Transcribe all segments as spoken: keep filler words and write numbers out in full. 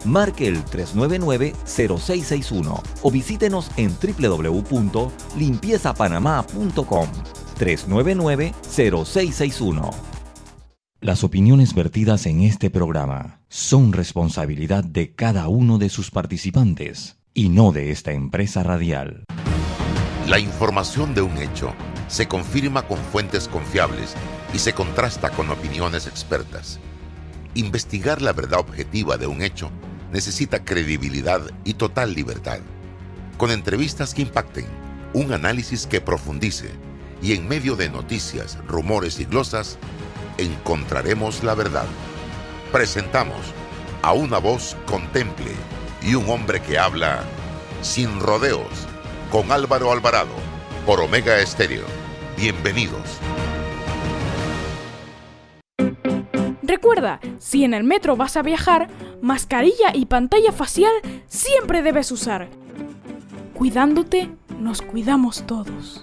marque el tres nueve nueve, cero seis seis uno o visítenos en doble u doble u doble u punto limpieza panamá punto com. tres nueve nueve, cero seis seis uno. Las opiniones vertidas en este programa son responsabilidad de cada uno de sus participantes y no de esta empresa radial. La información de un hecho se confirma con fuentes confiables y se contrasta con opiniones expertas. Investigar la verdad objetiva de un hecho necesita credibilidad y total libertad. Con entrevistas que impacten, un análisis que profundice y en medio de noticias, rumores y glosas, encontraremos la verdad. Presentamos a una voz contemple y un hombre que habla sin rodeos, con Álvaro Alvarado, por Omega Estéreo. Bienvenidos. Recuerda, si en el metro vas a viajar, mascarilla y pantalla facial siempre debes usar. Cuidándote, nos cuidamos todos.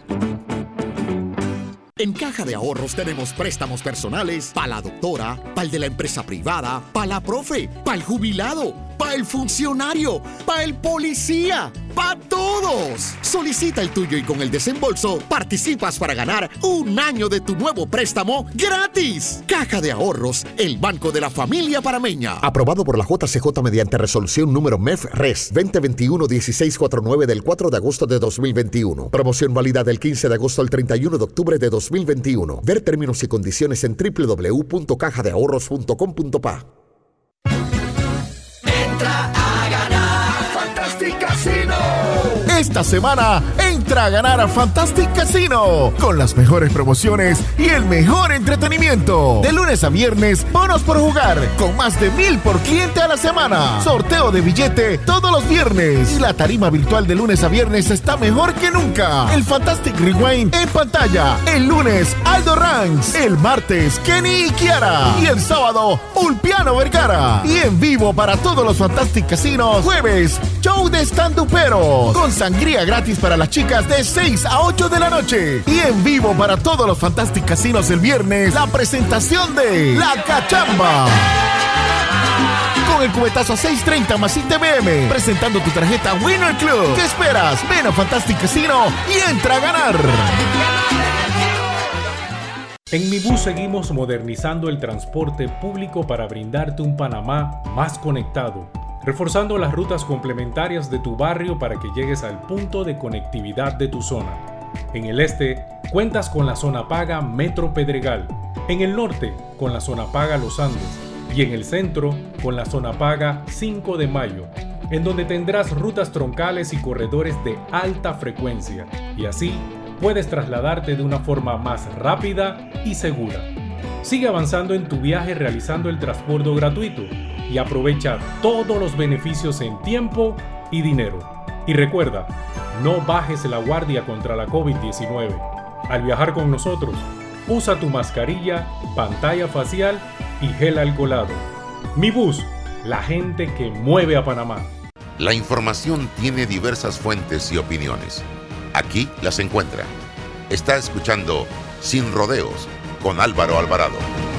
En Caja de Ahorros tenemos préstamos personales para la doctora, para el de la empresa privada, para la profe, para el jubilado, para el funcionario, para el policía, para todos. Solicita el tuyo y con el desembolso participas para ganar un año de tu nuevo préstamo gratis. Caja de Ahorros, el banco de la familia panameña. Aprobado por la J C J mediante resolución número M E F Res veinte veintiuno dieciséis cuarenta y nueve del cuatro de agosto de dos mil veintiuno. Promoción válida del quince de agosto al treinta y uno de octubre de dos mil veintiuno. Ver términos y condiciones en doble u doble u doble u punto caja de ahorros punto com punto pa. Entra a ganar Fantastic Casino. Esta semana entra a ganar a Fantastic Casino con las mejores promociones y el mejor entretenimiento. De lunes a viernes, bonos por jugar con más de mil por cliente a la semana. Sorteo de billete todos los viernes. Y la tarima virtual de lunes a viernes está mejor que nunca. El Fantastic Rewind en pantalla. El lunes, Aldo Ranks. El martes, Kenny y Kiara. Y el sábado, Ulpiano Vergara. Y en vivo para todos los Fantastic Casinos, jueves, show de stand-uperos. Con sangría gratis para las chicas de seis a ocho de la noche. Y en vivo para todos los Fantastic Casinos el viernes, la presentación de La Cachamba. Con el cubetazo seis treinta más I T B M. Presentando tu tarjeta Winner Club. ¿Qué esperas? Ven a Fantastic Casino y entra a ganar. En Mi Bus seguimos modernizando el transporte público para brindarte un Panamá más conectado, reforzando las rutas complementarias de tu barrio para que llegues al punto de conectividad de tu zona. En el este, cuentas con la zona paga Metro Pedregal, en el norte, con la zona paga Los Andes, y en el centro, con la zona paga cinco de mayo, en donde tendrás rutas troncales y corredores de alta frecuencia, y así puedes trasladarte de una forma más rápida y segura. Sigue avanzando en tu viaje realizando el transbordo gratuito y aprovecha todos los beneficios en tiempo y dinero. Y recuerda, no bajes la guardia contra la COVID diecinueve. Al viajar con nosotros, usa tu mascarilla, pantalla facial y gel alcoholado. Mi Bus, la gente que mueve a Panamá. La información tiene diversas fuentes y opiniones. Aquí las encuentra. Está escuchando Sin Rodeos con Álvaro Alvarado.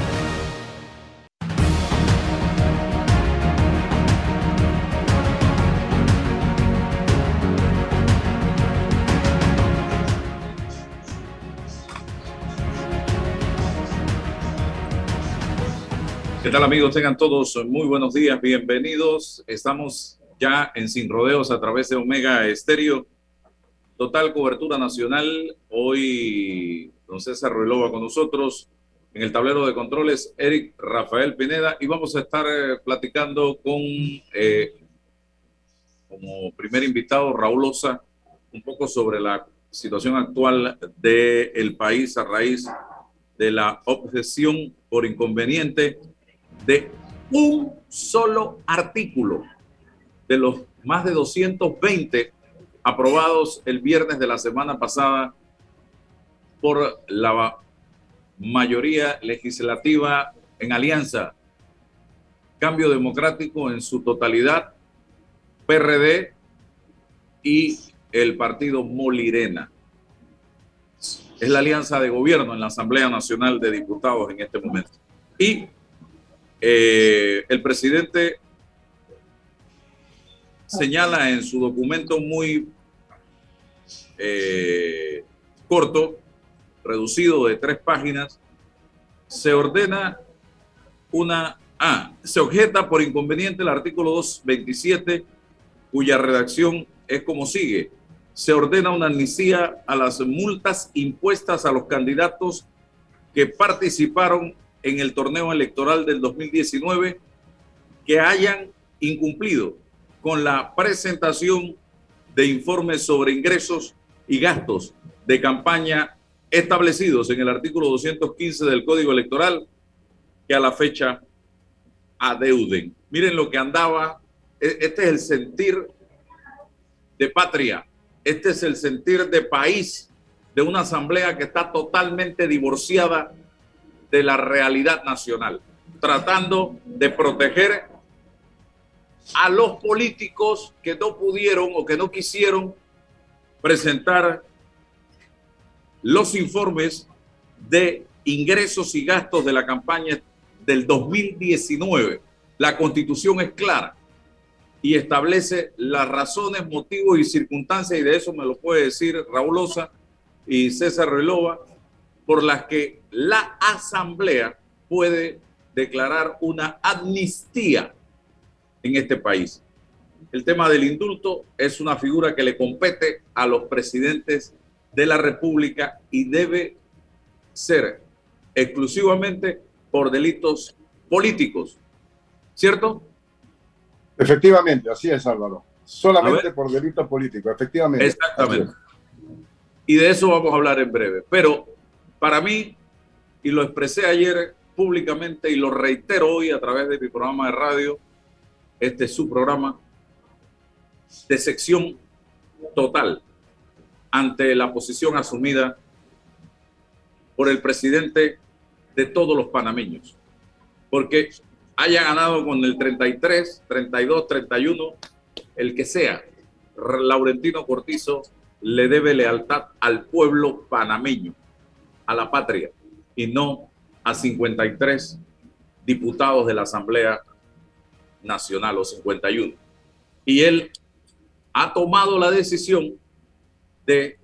¿Qué tal, amigos? Tengan todos muy buenos días, bienvenidos. Estamos ya en Sin Rodeos a través de Omega Estéreo. Total cobertura nacional. Hoy don César Ruilova con nosotros. En el tablero de controles, Eric Rafael Pineda. Y vamos a estar eh, platicando con, eh, como primer invitado, Raúl Osa, un poco sobre la situación actual del país a raíz de la objeción por inconveniente de un solo artículo de los más de doscientos veinte aprobados el viernes de la semana pasada por la mayoría legislativa en alianza Cambio Democrático en su totalidad, P R D y el partido Molirena. Es la alianza de gobierno en la Asamblea Nacional de Diputados en este momento. Y eh, el presidente señala en su documento muy eh, corto, reducido de tres páginas, se ordena una... Ah, se objeta por inconveniente el artículo doscientos veintisiete, cuya redacción es como sigue. Se ordena una amnistía a las multas impuestas a los candidatos que participaron en el torneo electoral del dos mil diecinueve que hayan incumplido con la presentación de informes sobre ingresos y gastos de campaña establecidos en el artículo doscientos quince del Código Electoral, que a la fecha adeuden. Miren lo que andaba, este es el sentir de patria, este es el sentir de país de una asamblea que está totalmente divorciada de la realidad nacional, tratando de proteger a los políticos que no pudieron o que no quisieron presentar los informes de ingresos y gastos de la campaña del dos mil diecinueve. La Constitución es clara y establece las razones, motivos y circunstancias, y de eso me lo puede decir Raúl Osa y César Relova, por las que la Asamblea puede declarar una amnistía en este país. El tema del indulto es una figura que le compete a los presidentes de la República y debe ser exclusivamente por delitos políticos, ¿cierto? Efectivamente, así es, Álvaro. Solamente por delitos políticos, efectivamente. Exactamente. Y de eso vamos a hablar en breve. Pero para mí, y lo expresé ayer públicamente y lo reitero hoy a través de mi programa de radio, este es su programa, de sección total ante la posición asumida por el presidente de todos los panameños. Porque haya ganado con el treinta y tres, treinta y dos, treinta y uno, el que sea, Laurentino Cortizo le debe lealtad al pueblo panameño, a la patria, y no a cincuenta y tres diputados de la Asamblea Nacional, o cincuenta y uno. Y él ha tomado la decisión de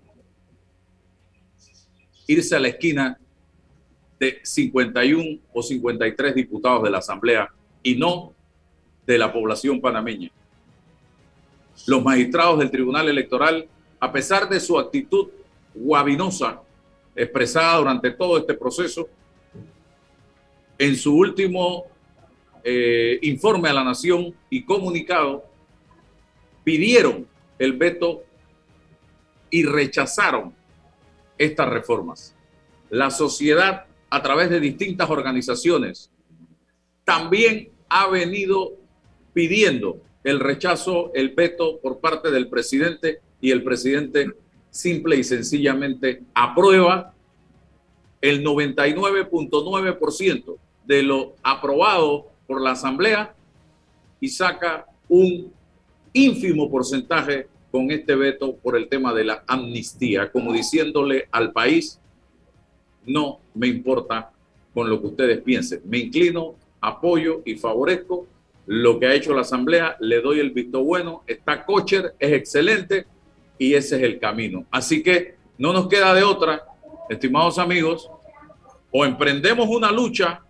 irse a la esquina de cincuenta y uno o cincuenta y tres diputados de la Asamblea y no de la población panameña. Los magistrados del Tribunal Electoral, a pesar de su actitud guabinosa expresada durante todo este proceso, en su último eh, informe a la Nación y comunicado, pidieron el veto y rechazaron estas reformas. La sociedad, a través de distintas organizaciones, también ha venido pidiendo el rechazo, el veto por parte del presidente, y el presidente simple y sencillamente aprueba el noventa y nueve punto nueve por ciento de lo aprobado por la Asamblea y saca un ínfimo porcentaje con este veto por el tema de la amnistía, como diciéndole al país: no me importa con lo que ustedes piensen, me inclino, apoyo y favorezco lo que ha hecho la Asamblea, le doy el visto bueno, está kosher, es excelente y ese es el camino. Así que no nos queda de otra, estimados amigos, o emprendemos una lucha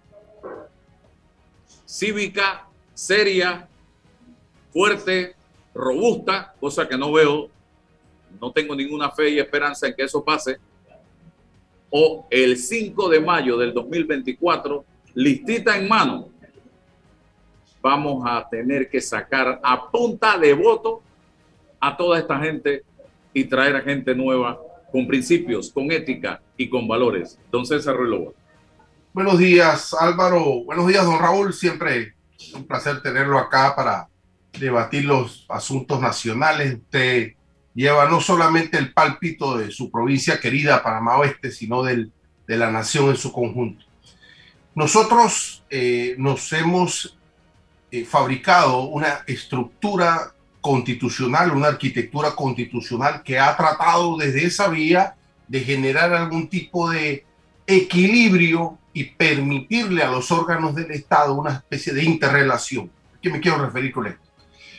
cívica, seria, fuerte, robusta, cosa que no veo, no tengo ninguna fe y esperanza en que eso pase, o el cinco de mayo del dos mil veinticuatro, listita en mano, vamos a tener que sacar a punta de voto a toda esta gente y traer a gente nueva con principios, con ética y con valores. Don César Relova. Buenos días, Álvaro. Buenos días, don Raúl. Siempre un placer tenerlo acá para debatir los asuntos nacionales. Usted lleva no solamente el pálpito de su provincia querida, Panamá Oeste, sino del, de la nación en su conjunto. Nosotros eh, nos hemos eh, fabricado una estructura constitucional, una arquitectura constitucional que ha tratado desde esa vía de generar algún tipo de equilibrio y permitirle a los órganos del Estado una especie de interrelación. ¿A qué me quiero referir con esto?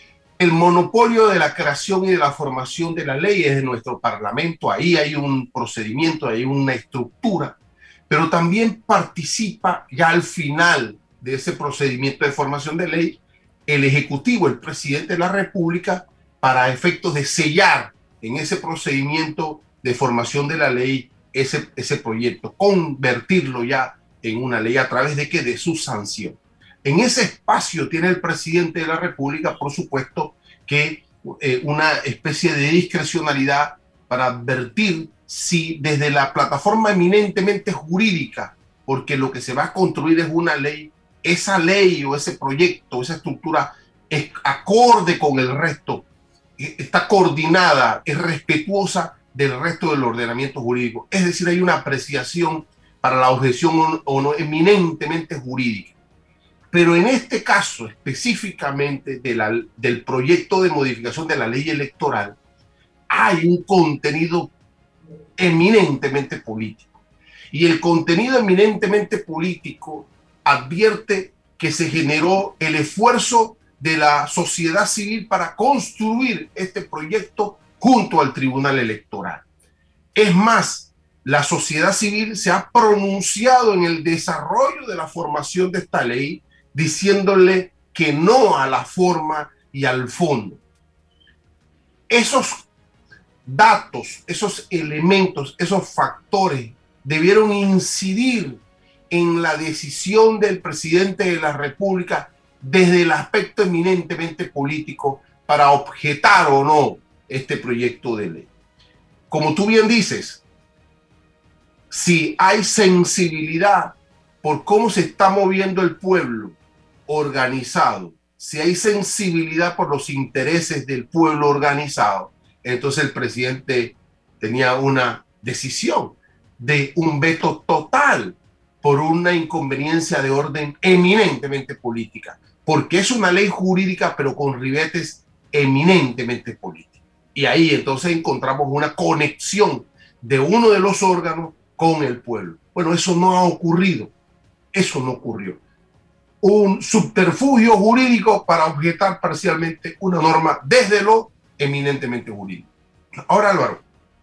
el monopolio de la creación y de la formación de la ley es de nuestro Parlamento. Ahí hay un procedimiento, hay una estructura, pero también participa ya al final de ese procedimiento de formación de ley el Ejecutivo, el presidente de la República, para efectos de sellar en ese procedimiento de formación de la ley ese, ese proyecto, convertirlo ya en una ley a través de qué, de su sanción. En ese espacio tiene el presidente de la República, por supuesto, que eh, una especie de discrecionalidad para advertir si desde la plataforma eminentemente jurídica, porque lo que se va a construir es una ley, esa ley o ese proyecto, esa estructura es acorde con el resto, está coordinada, es respetuosa del resto del ordenamiento jurídico. Es decir, hay una apreciación para la objeción o no eminentemente jurídica. Pero en este caso específicamente de la, del proyecto de modificación de la ley electoral, hay un contenido eminentemente político. Y el contenido eminentemente político advierte que se generó el esfuerzo de la sociedad civil para construir este proyecto junto al Tribunal Electoral. Es más, la sociedad civil se ha pronunciado en el desarrollo de la formación de esta ley, diciéndole que no a la forma y al fondo. Esos datos, esos elementos, esos factores debieron incidir en la decisión del presidente de la República desde el aspecto eminentemente político para objetar o no este proyecto de ley. Como tú bien dices, si hay sensibilidad por cómo se está moviendo el pueblo organizado, si hay sensibilidad por los intereses del pueblo organizado, entonces el presidente tenía una decisión de un veto total por una inconveniencia de orden eminentemente política, porque es una ley jurídica pero con ribetes eminentemente políticos. Y ahí entonces encontramos una conexión de uno de los órganos con el pueblo. Bueno, eso no ha ocurrido, eso no ocurrió. Un subterfugio jurídico para objetar parcialmente una norma desde lo eminentemente jurídico. Ahora, Álvaro,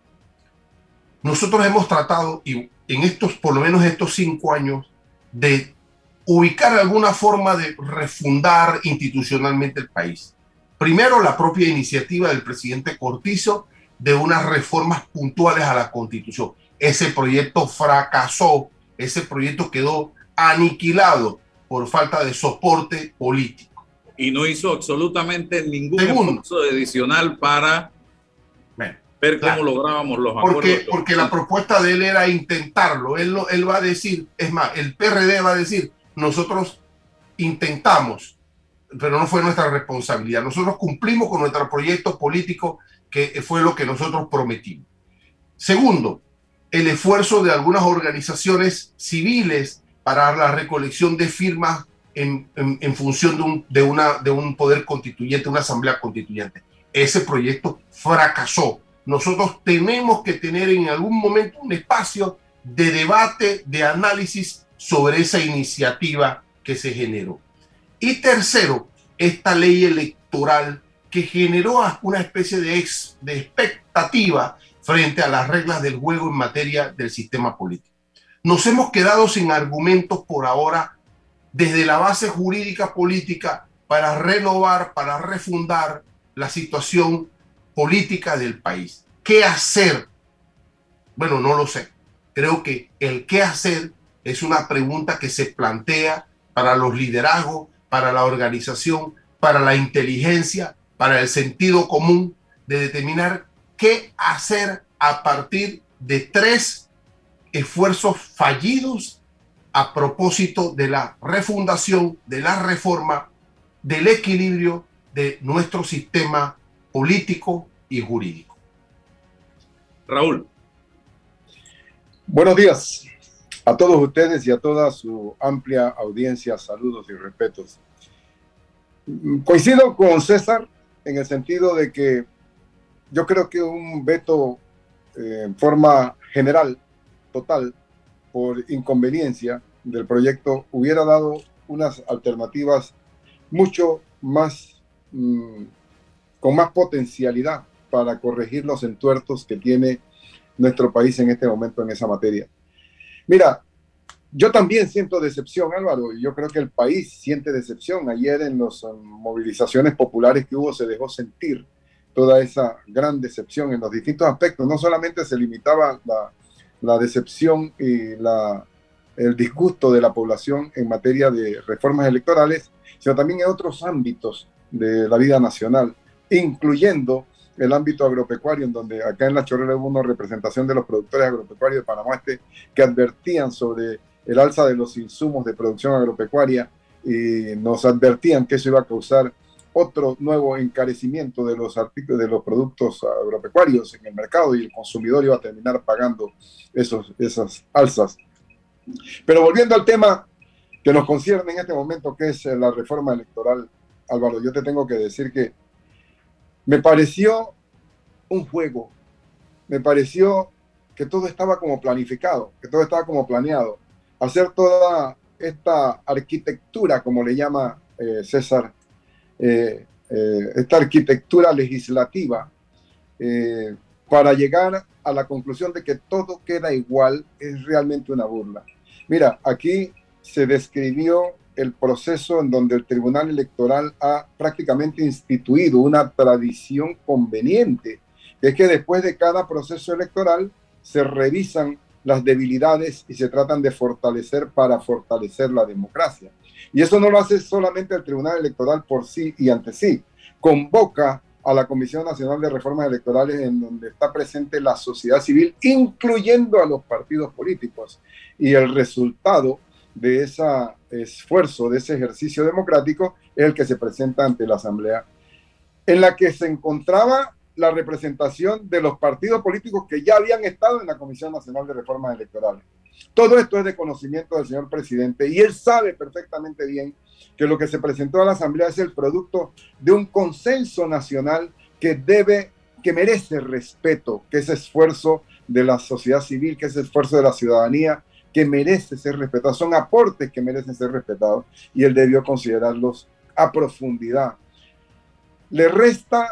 nosotros hemos tratado, y en estos, por lo menos estos cinco años, de ubicar alguna forma de refundar institucionalmente el país. Primero, la propia iniciativa del presidente Cortizo de unas reformas puntuales a la Constitución. Ese proyecto fracasó, ese proyecto quedó aniquilado por falta de soporte político. Y no hizo absolutamente ningún Segundo, esfuerzo adicional para bueno, ver cómo claro, lográbamos los porque, acuerdos. Porque la propuesta de él era intentarlo. Él, él va a decir, es más, el P R D va a decir, nosotros intentamos, pero no fue nuestra responsabilidad. Nosotros cumplimos con nuestro proyecto político, que fue lo que nosotros prometimos. Segundo, el esfuerzo de algunas organizaciones civiles para la recolección de firmas en, en, en función de un, de, una, de un poder constituyente, una asamblea constituyente. Ese proyecto fracasó. Nosotros tenemos que tener en algún momento un espacio de debate, de análisis sobre esa iniciativa que se generó. Y tercero, esta ley electoral que generó una especie de, ex, de expectativa frente a las reglas del juego en materia del sistema político. Nos hemos quedado sin argumentos por ahora desde la base jurídica política para renovar, para refundar la situación política del país. ¿Qué hacer? Bueno, no lo sé. Creo que el qué hacer es una pregunta que se plantea para los liderazgos, para la organización, para la inteligencia, para el sentido común de determinar qué hacer a partir de tres esfuerzos fallidos a propósito de la refundación, de la reforma, del equilibrio de nuestro sistema político y jurídico. Raúl. Buenos días a todos ustedes y a toda su amplia audiencia. Saludos y respetos. Coincido con César en el sentido de que yo creo que un veto eh, en forma general, total, por inconveniencia del proyecto, hubiera dado unas alternativas mucho más mmm, con más potencialidad para corregir los entuertos que tiene nuestro país en este momento en esa materia. Mira, yo también siento decepción, Álvaro, y yo creo que el país siente decepción. Ayer en las um, movilizaciones populares que hubo se dejó sentir toda esa gran decepción en los distintos aspectos. No solamente se limitaba la, la decepción y la, el disgusto de la población en materia de reformas electorales, sino también en otros ámbitos de la vida nacional, incluyendo el ámbito agropecuario, en donde acá en La Chorrera hubo una representación de los productores agropecuarios de Panamá Este que advertían sobre el alza de los insumos de producción agropecuaria y nos advertían que eso iba a causar otro nuevo encarecimiento de los artículos, de los productos agropecuarios en el mercado, y el consumidor iba a terminar pagando esos, esas alzas. Pero volviendo al tema que nos concierne en este momento, que es la reforma electoral, Álvaro, yo te tengo que decir que me pareció un juego, me pareció que todo estaba como planificado, que todo estaba como planeado. Hacer toda esta arquitectura, como le llama eh, César, eh, eh, esta arquitectura legislativa, eh, para llegar a la conclusión de que todo queda igual, es realmente una burla. Mira, aquí se describió el proceso en donde el Tribunal Electoral ha prácticamente instituido una tradición conveniente, que es que después de cada proceso electoral se revisan las debilidades y se tratan de fortalecer para fortalecer la democracia. Y eso no lo hace solamente el Tribunal Electoral por sí y ante sí. Convoca a la Comisión Nacional de Reformas Electorales, en donde está presente la sociedad civil, incluyendo a los partidos políticos. Y el resultado de ese esfuerzo, de ese ejercicio democrático, es el que se presenta ante la Asamblea, en la que se encontraba la representación de los partidos políticos que ya habían estado en la Comisión Nacional de Reformas Electorales. Todo esto es de conocimiento del señor presidente, y él sabe perfectamente bien que lo que se presentó a la Asamblea es el producto de un consenso nacional que debe, que merece respeto, que es esfuerzo de la sociedad civil, que es esfuerzo de la ciudadanía, que merece ser respetado. Son aportes que merecen ser respetados, y él debió considerarlos a profundidad. Le resta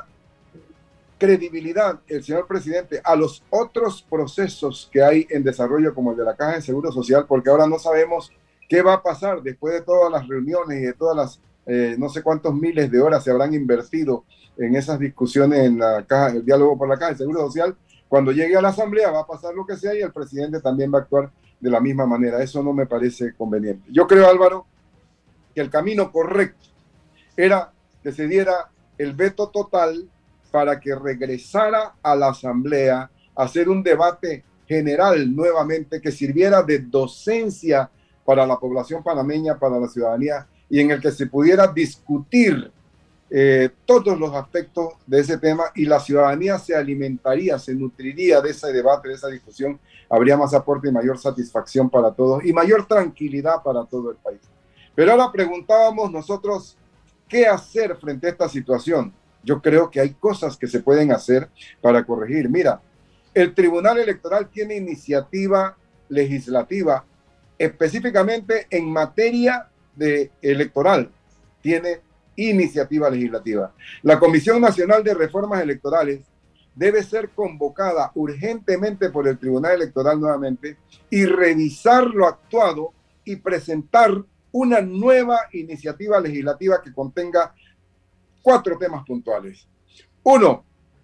credibilidad el señor presidente a los otros procesos que hay en desarrollo, como el de la Caja de Seguro Social, porque ahora no sabemos qué va a pasar después de todas las reuniones y de todas las eh, no sé cuántos miles de horas se habrán invertido en esas discusiones en la caja, el diálogo por la Caja de Seguro Social. Cuando llegue a la Asamblea va a pasar lo que sea, y el presidente también va a actuar de la misma manera. Eso no me parece conveniente. Yo creo, Álvaro, que el camino correcto era que se diera el veto total para que regresara a la Asamblea a hacer un debate general nuevamente que sirviera de docencia para la población panameña, para la ciudadanía, y en el que se pudiera discutir eh, todos los aspectos de ese tema, y la ciudadanía se alimentaría, se nutriría de ese debate, de esa discusión. Habría más aporte y mayor satisfacción para todos y mayor tranquilidad para todo el país. Pero ahora preguntábamos nosotros, ¿qué hacer frente a esta situación? Yo creo que hay cosas que se pueden hacer para corregir. Mira, el Tribunal Electoral tiene iniciativa legislativa específicamente en materia de electoral. Tiene iniciativa legislativa. La Comisión Nacional de Reformas Electorales debe ser convocada urgentemente por el Tribunal Electoral nuevamente y revisar lo actuado y presentar una nueva iniciativa legislativa que contenga cuatro temas puntuales. Uno,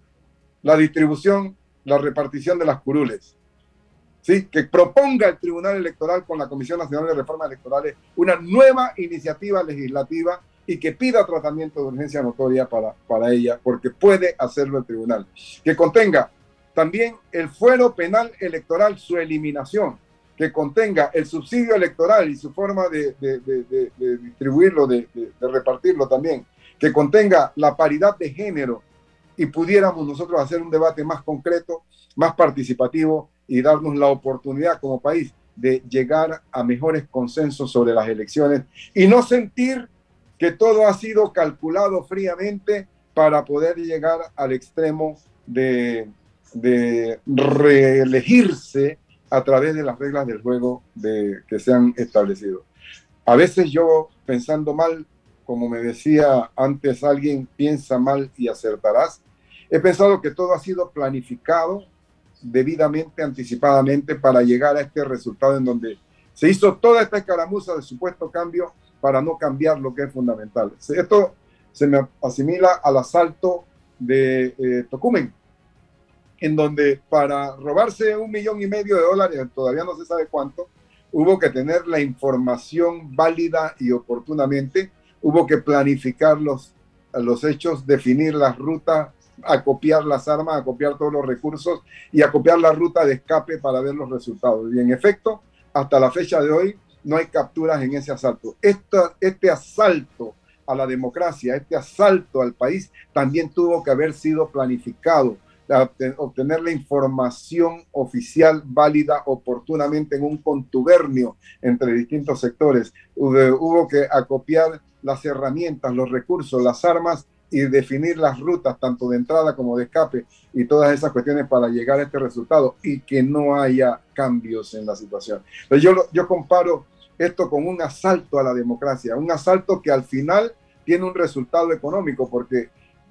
la distribución, la repartición de las curules. ¿Sí? Que proponga el Tribunal Electoral con la Comisión Nacional de Reformas Electorales una nueva iniciativa legislativa y que pida tratamiento de urgencia notoria para, para ella, porque puede hacerlo el tribunal. Que contenga también el fuero penal electoral, su eliminación. Que contenga el subsidio electoral y su forma de, de, de, de, de distribuirlo, de, de, de repartirlo también. Que contenga la paridad de género, y pudiéramos nosotros hacer un debate más concreto, más participativo, y darnos la oportunidad como país de llegar a mejores consensos sobre las elecciones y no sentir que todo ha sido calculado fríamente para poder llegar al extremo de, de reelegirse a través de las reglas del juego de, que se han establecido. A veces yo, pensando mal, como me decía antes alguien, piensa mal y acertarás. He pensado que todo ha sido planificado debidamente, anticipadamente, para llegar a este resultado en donde se hizo toda esta escaramuza de supuesto cambio para no cambiar lo que es fundamental. Esto se me asimila al asalto de eh, Tocumen, en donde para robarse un millón y medio de dólares, todavía no se sabe cuánto, hubo que tener la información válida y oportunamente, hubo que planificar los, los hechos, definir las rutas, acopiar las armas, acopiar todos los recursos y acopiar la ruta de escape para ver los resultados. Y en efecto, hasta la fecha de hoy, no hay capturas en ese asalto. Esta, este asalto a la democracia, este asalto al país, también tuvo que haber sido planificado, obtener la información oficial válida oportunamente en un contubernio entre distintos sectores. Hubo, hubo que acopiar las herramientas, los recursos, las armas y definir las rutas tanto de entrada como de escape y todas esas cuestiones para llegar a este resultado y que no haya cambios en la situación. Entonces yo, yo comparo esto con un asalto a la democracia, un asalto que al final tiene un resultado económico, porque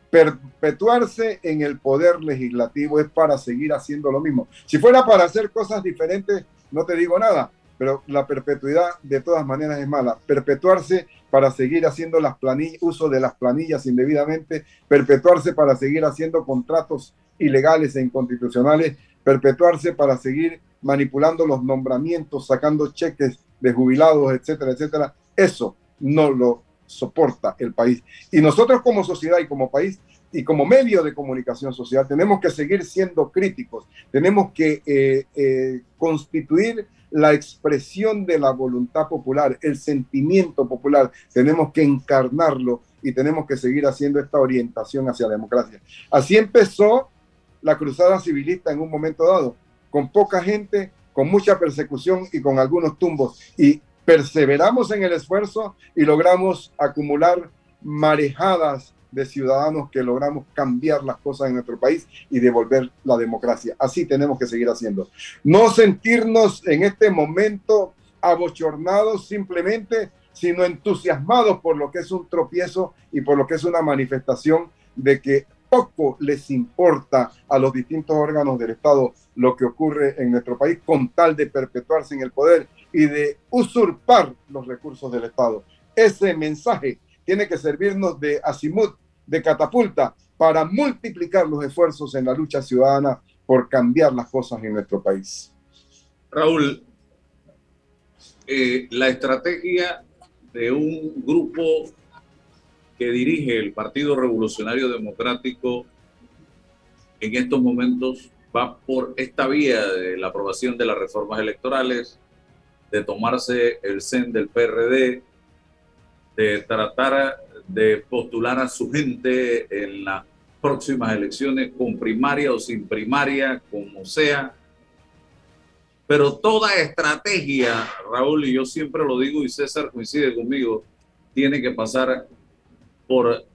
perpetuarse en el poder legislativo es para seguir haciendo lo mismo. Si fuera para hacer cosas diferentes, no te digo nada, pero la perpetuidad de todas maneras es mala. Perpetuarse para seguir haciendo las planillas, uso de las planillas indebidamente, perpetuarse para seguir haciendo contratos ilegales e inconstitucionales, perpetuarse para seguir manipulando los nombramientos, sacando cheques de jubilados, etcétera, etcétera. Eso no lo soporta el país. Y nosotros como sociedad y como país y como medio de comunicación social tenemos que seguir siendo críticos, tenemos que eh, eh, constituir la expresión de la voluntad popular, el sentimiento popular, tenemos que encarnarlo y tenemos que seguir haciendo esta orientación hacia la democracia. Así empezó la cruzada civilista en un momento dado, con poca gente, con mucha persecución y con algunos tumbos, y perseveramos en el esfuerzo y logramos acumular marejadas de ciudadanos que logramos cambiar las cosas en nuestro país y devolver la democracia. Así tenemos que seguir haciendo. No sentirnos en este momento abochornados simplemente, sino entusiasmados por lo que es un tropiezo y por lo que es una manifestación de que poco les importa a los distintos órganos del Estado lo que ocurre en nuestro país con tal de perpetuarse en el poder y de usurpar los recursos del Estado. Ese mensaje tiene que servirnos de azimut, de catapulta, para multiplicar los esfuerzos en la lucha ciudadana por cambiar las cosas en nuestro país. Raúl, eh, la estrategia de un grupo que dirige el Partido Revolucionario Democrático en estos momentos va por esta vía de la aprobación de las reformas electorales, de tomarse el C E N del P R D, de tratar de postular a su gente en las próximas elecciones con primaria o sin primaria, como sea. Pero toda estrategia, Raúl, y yo siempre lo digo y César coincide conmigo, tiene que pasar por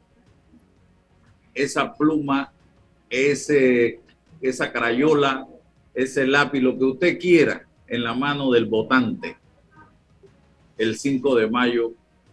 esa pluma, ese, esa crayola, ese lápiz, lo que usted quiera, en la mano del votante el cinco de mayo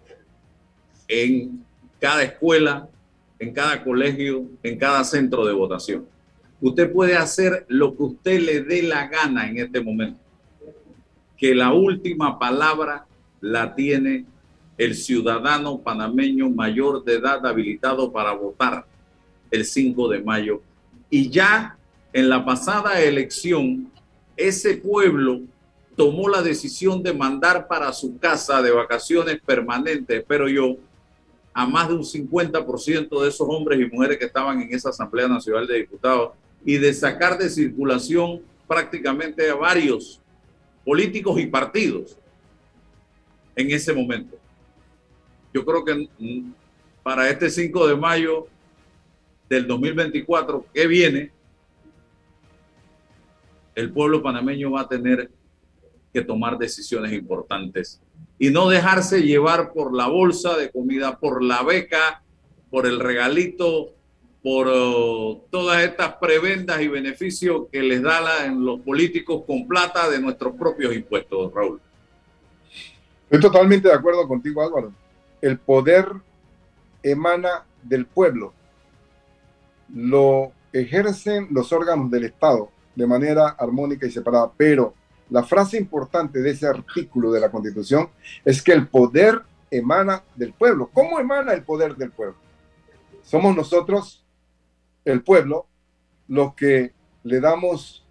en cada escuela, en cada colegio, en cada centro de votación. Usted puede hacer lo que usted le dé la gana en este momento, que la última palabra la tiene el ciudadano panameño mayor de edad habilitado para votar el cinco de mayo. Y ya en la pasada elección, ese pueblo tomó la decisión de mandar para su casa de vacaciones permanentes, espero yo, a más de un cincuenta por ciento de esos hombres y mujeres que estaban en esa Asamblea Nacional de Diputados y de sacar de circulación prácticamente a varios políticos y partidos en ese momento. Yo creo que para este cinco de mayo del dos mil veinticuatro que viene, el pueblo panameño va a tener que tomar decisiones importantes y no dejarse llevar por la bolsa de comida, por la beca, por el regalito, por uh, todas estas prebendas y beneficios que les da la, en los políticos con plata de nuestros propios impuestos, Raúl. Estoy totalmente de acuerdo contigo, Álvaro. El poder emana del pueblo. Lo ejercen los órganos del Estado de manera armónica y separada, pero la frase importante de ese artículo de la Constitución es que el poder emana del pueblo. ¿Cómo emana el poder del pueblo? Somos nosotros, el pueblo, los que le damos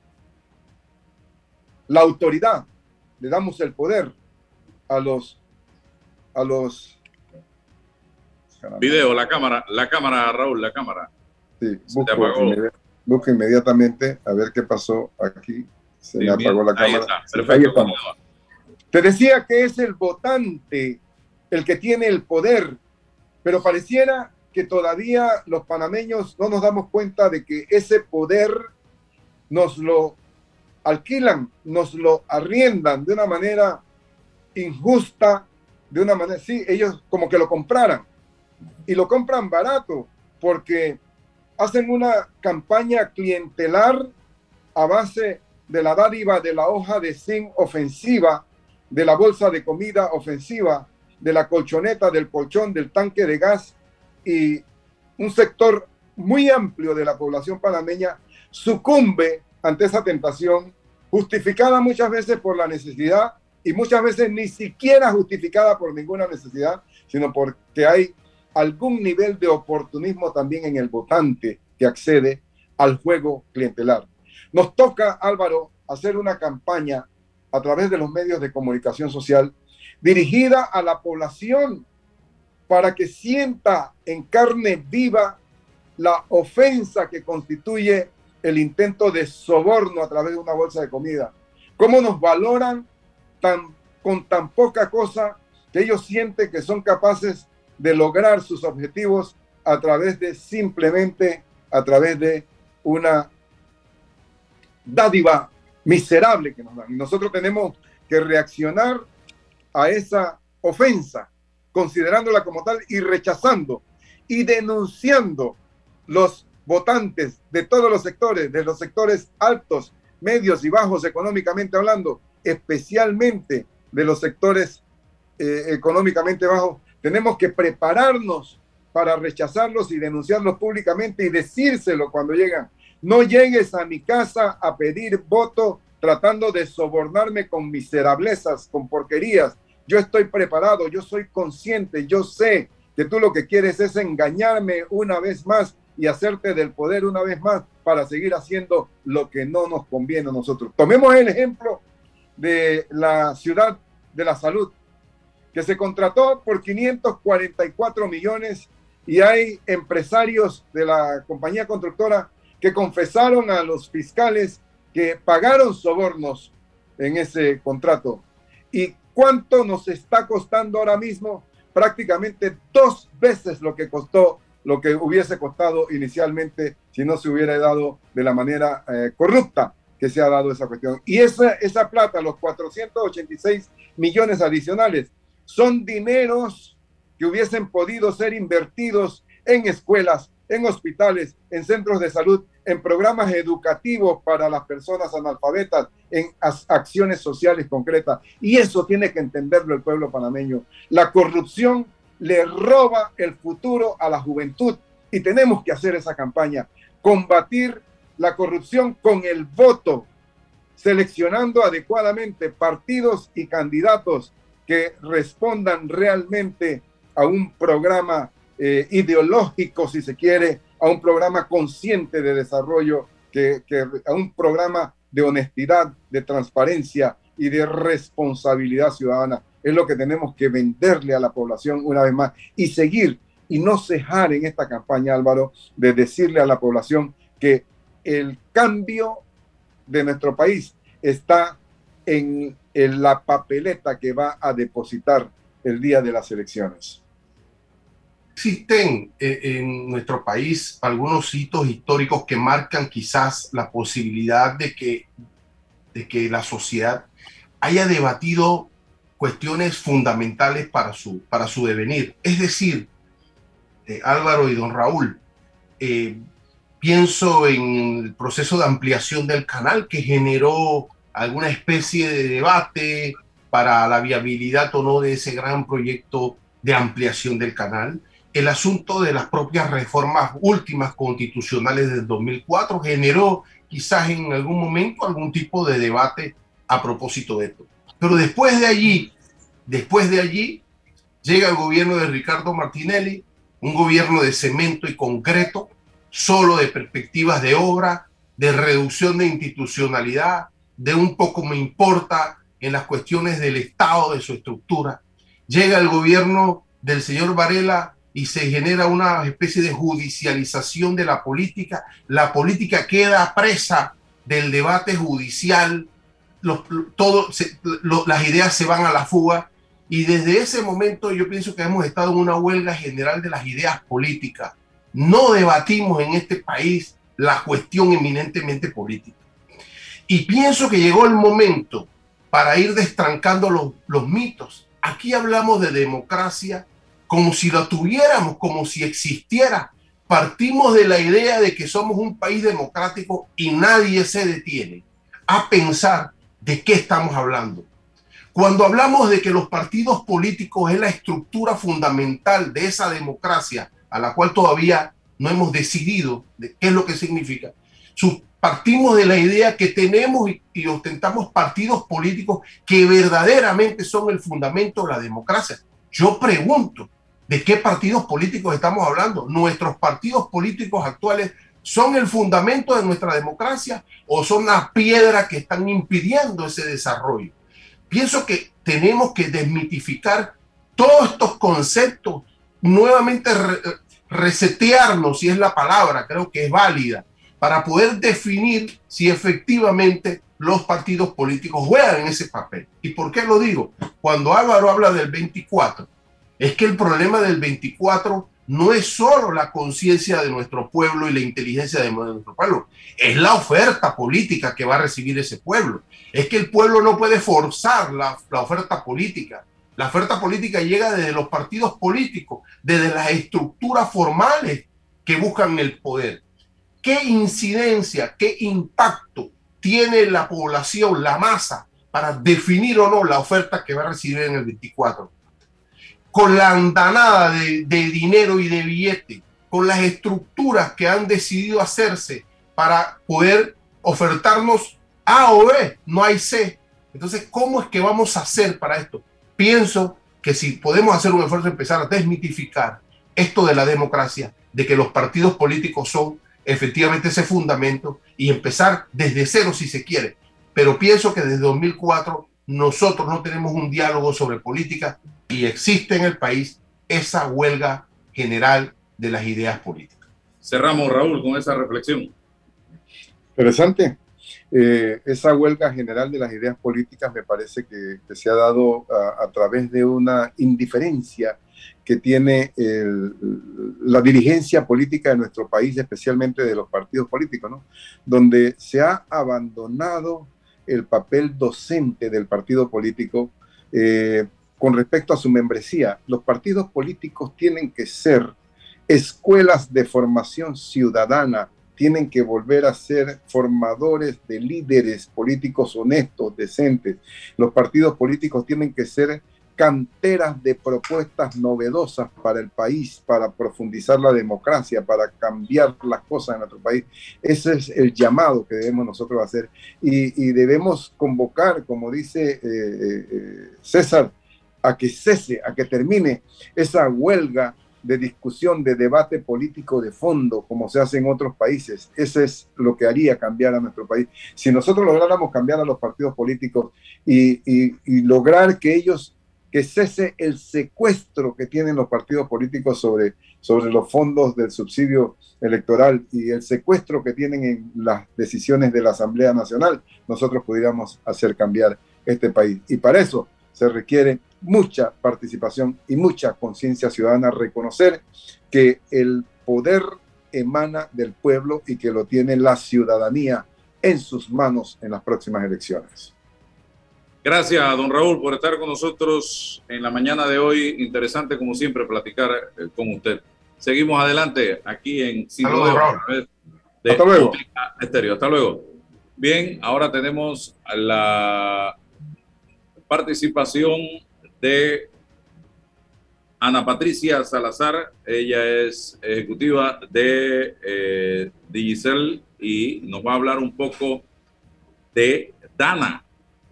la autoridad, le damos el poder a los a los video, la cámara, la cámara, Raúl, la cámara. Sí, busco, inmedi busco inmediatamente a ver qué pasó aquí. Se sí, me apagó bien, la cámara. Está, perfecto, ahí estamos. Te decía que es el votante el que tiene el poder, pero pareciera que todavía los panameños no nos damos cuenta de que ese poder nos lo alquilan, nos lo arriendan de una manera injusta, de una manera, sí, ellos como que lo compraran, y lo compran barato, porque hacen una campaña clientelar a base de la dádiva de la hoja de zinc ofensiva, de la bolsa de comida ofensiva, de la colchoneta, del colchón, del tanque de gas, y un sector muy amplio de la población panameña sucumbe ante esa tentación, justificada muchas veces por la necesidad y muchas veces ni siquiera justificada por ninguna necesidad, sino porque hay algún nivel de oportunismo también en el votante que accede al juego clientelar. Nos toca, Álvaro, hacer una campaña a través de los medios de comunicación social dirigida a la población para que sienta en carne viva la ofensa que constituye el intento de soborno a través de una bolsa de comida. Cómo nos valoran tan, con tan poca cosa que ellos sienten que son capaces de lograr sus objetivos a través de simplemente, a través de una dádiva miserable que nos dan. Y nosotros tenemos que reaccionar a esa ofensa, considerándola como tal y rechazando y denunciando los votantes de todos los sectores, de los sectores altos, medios y bajos económicamente hablando, especialmente de los sectores eh, económicamente bajos. Tenemos que prepararnos para rechazarlos y denunciarlos públicamente y decírselo cuando llegan. No llegues a mi casa a pedir voto tratando de sobornarme con miserablezas, con porquerías. Yo estoy preparado, yo soy consciente, yo sé que tú lo que quieres es engañarme una vez más y hacerte del poder una vez más para seguir haciendo lo que no nos conviene a nosotros. Tomemos el ejemplo de la Ciudad de la Salud, que se contrató por quinientos cuarenta y cuatro millones y hay empresarios de la compañía constructora que confesaron a los fiscales que pagaron sobornos en ese contrato. ¿Y cuánto nos está costando ahora mismo? Prácticamente dos veces lo que costó, lo que hubiese costado inicialmente si no se hubiera dado de la manera eh, corrupta que se ha dado esa cuestión. Y esa, esa plata, los cuatrocientos ochenta y seis millones adicionales, son dineros que hubiesen podido ser invertidos en escuelas, en hospitales, en centros de salud, en programas educativos para las personas analfabetas, en acciones sociales concretas. Y eso tiene que entenderlo el pueblo panameño. La corrupción le roba el futuro a la juventud y tenemos que hacer esa campaña. Combatir la corrupción con el voto, seleccionando adecuadamente partidos y candidatos que respondan realmente a un programa eh, ideológico, si se quiere, a un programa consciente de desarrollo, que, que, a un programa de honestidad, de transparencia y de responsabilidad ciudadana. Es lo que tenemos que venderle a la población una vez más y seguir y no cejar en esta campaña, Álvaro, de decirle a la población que el cambio de nuestro país está en, en la papeleta que va a depositar el día de las elecciones. Existen eh, en nuestro país algunos hitos históricos que marcan quizás la posibilidad de que, de que la sociedad haya debatido cuestiones fundamentales para su, para su devenir. Es decir, eh, Álvaro y don Raúl, eh, pienso en el proceso de ampliación del canal que generó alguna especie de debate para la viabilidad o no de ese gran proyecto de ampliación del canal. el asunto de las propias reformas últimas constitucionales del dos mil cuatro generó quizás en algún momento algún tipo de debate a propósito de esto. Pero después de allí, después de allí, llega el gobierno de Ricardo Martinelli, un gobierno de cemento y concreto, solo de perspectivas de obra, de reducción de institucionalidad, de un poco me importa en las cuestiones del Estado, de su estructura. Llega el gobierno del señor Varela y se genera una especie de judicialización de la política. La política queda presa del debate judicial, los, todo, se, lo, las ideas se van a la fuga. Y desde ese momento yo pienso que hemos estado en una huelga general de las ideas políticas. No debatimos en este país la cuestión eminentemente política. Y pienso que llegó el momento para ir destrancando los, los mitos. Aquí hablamos de democracia como si la tuviéramos, como si existiera. Partimos de la idea de que somos un país democrático y nadie se detiene a pensar de qué estamos hablando. Cuando hablamos de que los partidos políticos es la estructura fundamental de esa democracia, a la cual todavía no hemos decidido de qué es lo que significa, partimos de la idea que tenemos y, y ostentamos partidos políticos que verdaderamente son el fundamento de la democracia. Yo pregunto, ¿de qué partidos políticos estamos hablando? ¿Nuestros partidos políticos actuales son el fundamento de nuestra democracia o son las piedras que están impidiendo ese desarrollo? Pienso que tenemos que desmitificar todos estos conceptos, nuevamente re resetearnos, si es la palabra, creo que es válida, para poder definir si efectivamente los partidos políticos juegan en ese papel. ¿Y por qué lo digo? Cuando Álvaro habla del veinticuatro, es que el problema del veinticuatro no es solo la conciencia de nuestro pueblo y la inteligencia de nuestro pueblo, es la oferta política que va a recibir ese pueblo. Es que el pueblo no puede forzar la, la oferta política. La oferta política llega desde los partidos políticos, desde las estructuras formales que buscan el poder. ¿Qué incidencia, qué impacto tiene la población, la masa, para definir o no la oferta que va a recibir en el veinticuatro? Con la andanada de, de dinero y de billete, con las estructuras que han decidido hacerse para poder ofertarnos A o B, no hay C. Entonces, ¿cómo es que vamos a hacer para esto? Pienso que si podemos hacer un esfuerzo, empezar a desmitificar esto de la democracia, de que los partidos políticos son efectivamente ese fundamento y empezar desde cero si se quiere. Pero pienso que desde dos mil cuatro nosotros no tenemos un diálogo sobre política y existe en el país esa huelga general de las ideas políticas. Cerramos, Raúl, con esa reflexión. Interesante. Eh, esa huelga general de las ideas políticas me parece que, que se ha dado a, a través de una indiferencia que tiene el, la dirigencia política de nuestro país, especialmente de los partidos políticos, ¿no? Donde se ha abandonado el papel docente del partido político eh, con respecto a su membresía. Los partidos políticos tienen que ser escuelas de formación ciudadana, tienen que volver a ser formadores de líderes políticos honestos, decentes. Los partidos políticos tienen que ser canteras de propuestas novedosas para el país, para profundizar la democracia, para cambiar las cosas en nuestro país. Ese es el llamado que debemos nosotros hacer. Y, y debemos convocar, como dice eh, eh, César, a que cese, a que termine esa huelga de discusión, de debate político de fondo, como se hace en otros países. Eso es lo que haría cambiar a nuestro país. Si nosotros lográramos cambiar a los partidos políticos y, y, y lograr que ellos, que cese el secuestro que tienen los partidos políticos sobre, sobre los fondos del subsidio electoral y el secuestro que tienen en las decisiones de la Asamblea Nacional, nosotros pudiéramos hacer cambiar este país. Y para eso se requiere mucha participación y mucha conciencia ciudadana, reconocer que el poder emana del pueblo y que lo tiene la ciudadanía en sus manos en las próximas elecciones. Gracias, don Raúl, por estar con nosotros en la mañana de hoy. Interesante, como siempre, platicar con usted. Seguimos adelante aquí en Sin Rodeo. Hasta luego. Estéreo. Hasta luego. Bien, ahora tenemos la participación de Ana Patricia Salazar. Ella es ejecutiva de eh, Digicel y nos va a hablar un poco de Dana.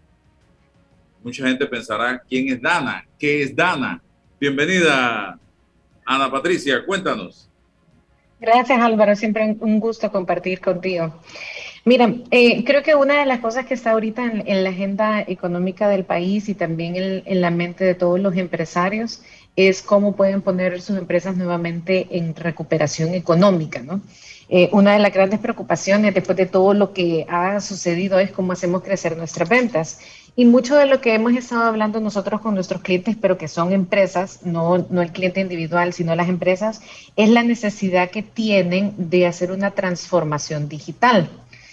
Mucha gente pensará, ¿quién es Dana? ¿Qué es Dana? Bienvenida, Ana Patricia, cuéntanos. Gracias, Álvaro, siempre un gusto compartir contigo. Mira, eh, creo que una de las cosas que está ahorita en, en la agenda económica del país y también en, en la mente de todos los empresarios es cómo pueden poner sus empresas nuevamente en recuperación económica, ¿no? Eh, una de las grandes preocupaciones después de todo lo que ha sucedido es cómo hacemos crecer nuestras ventas. Y mucho de lo que hemos estado hablando nosotros con nuestros clientes, pero que son empresas, no, no el cliente individual, sino las empresas, es la necesidad que tienen de hacer una transformación digital.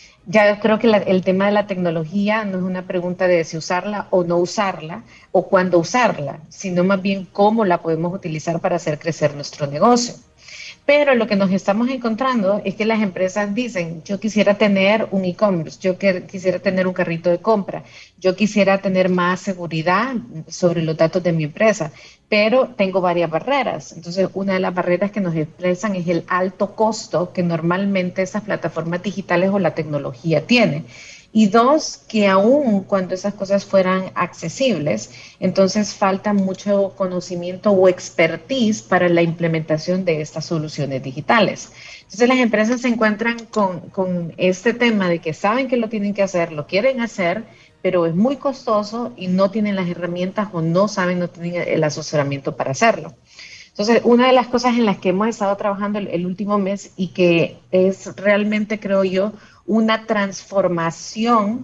Ya creo que la, el tema de la tecnología no es una pregunta de si usarla o no usarla, o cuándo usarla, sino más bien cómo la podemos utilizar para hacer crecer nuestro negocio. Pero lo que nos estamos encontrando es que las empresas dicen, yo quisiera tener un e-commerce, yo que, quisiera tener un carrito de compra, yo quisiera tener más seguridad sobre los datos de mi empresa, pero tengo varias barreras. Entonces, una de las barreras que nos expresan es el alto costo que normalmente esas plataformas digitales o la tecnología tiene. Y dos, que aún cuando esas cosas fueran accesibles, entonces falta mucho conocimiento o expertise para la implementación de estas soluciones digitales. Entonces las empresas se encuentran con, con este tema de que saben que lo tienen que hacer, lo quieren hacer, pero es muy costoso y no tienen las herramientas o no saben, no tienen el asesoramiento para hacerlo. Entonces, una de las cosas en las que hemos estado trabajando el, el último mes y que es realmente, creo yo, una transformación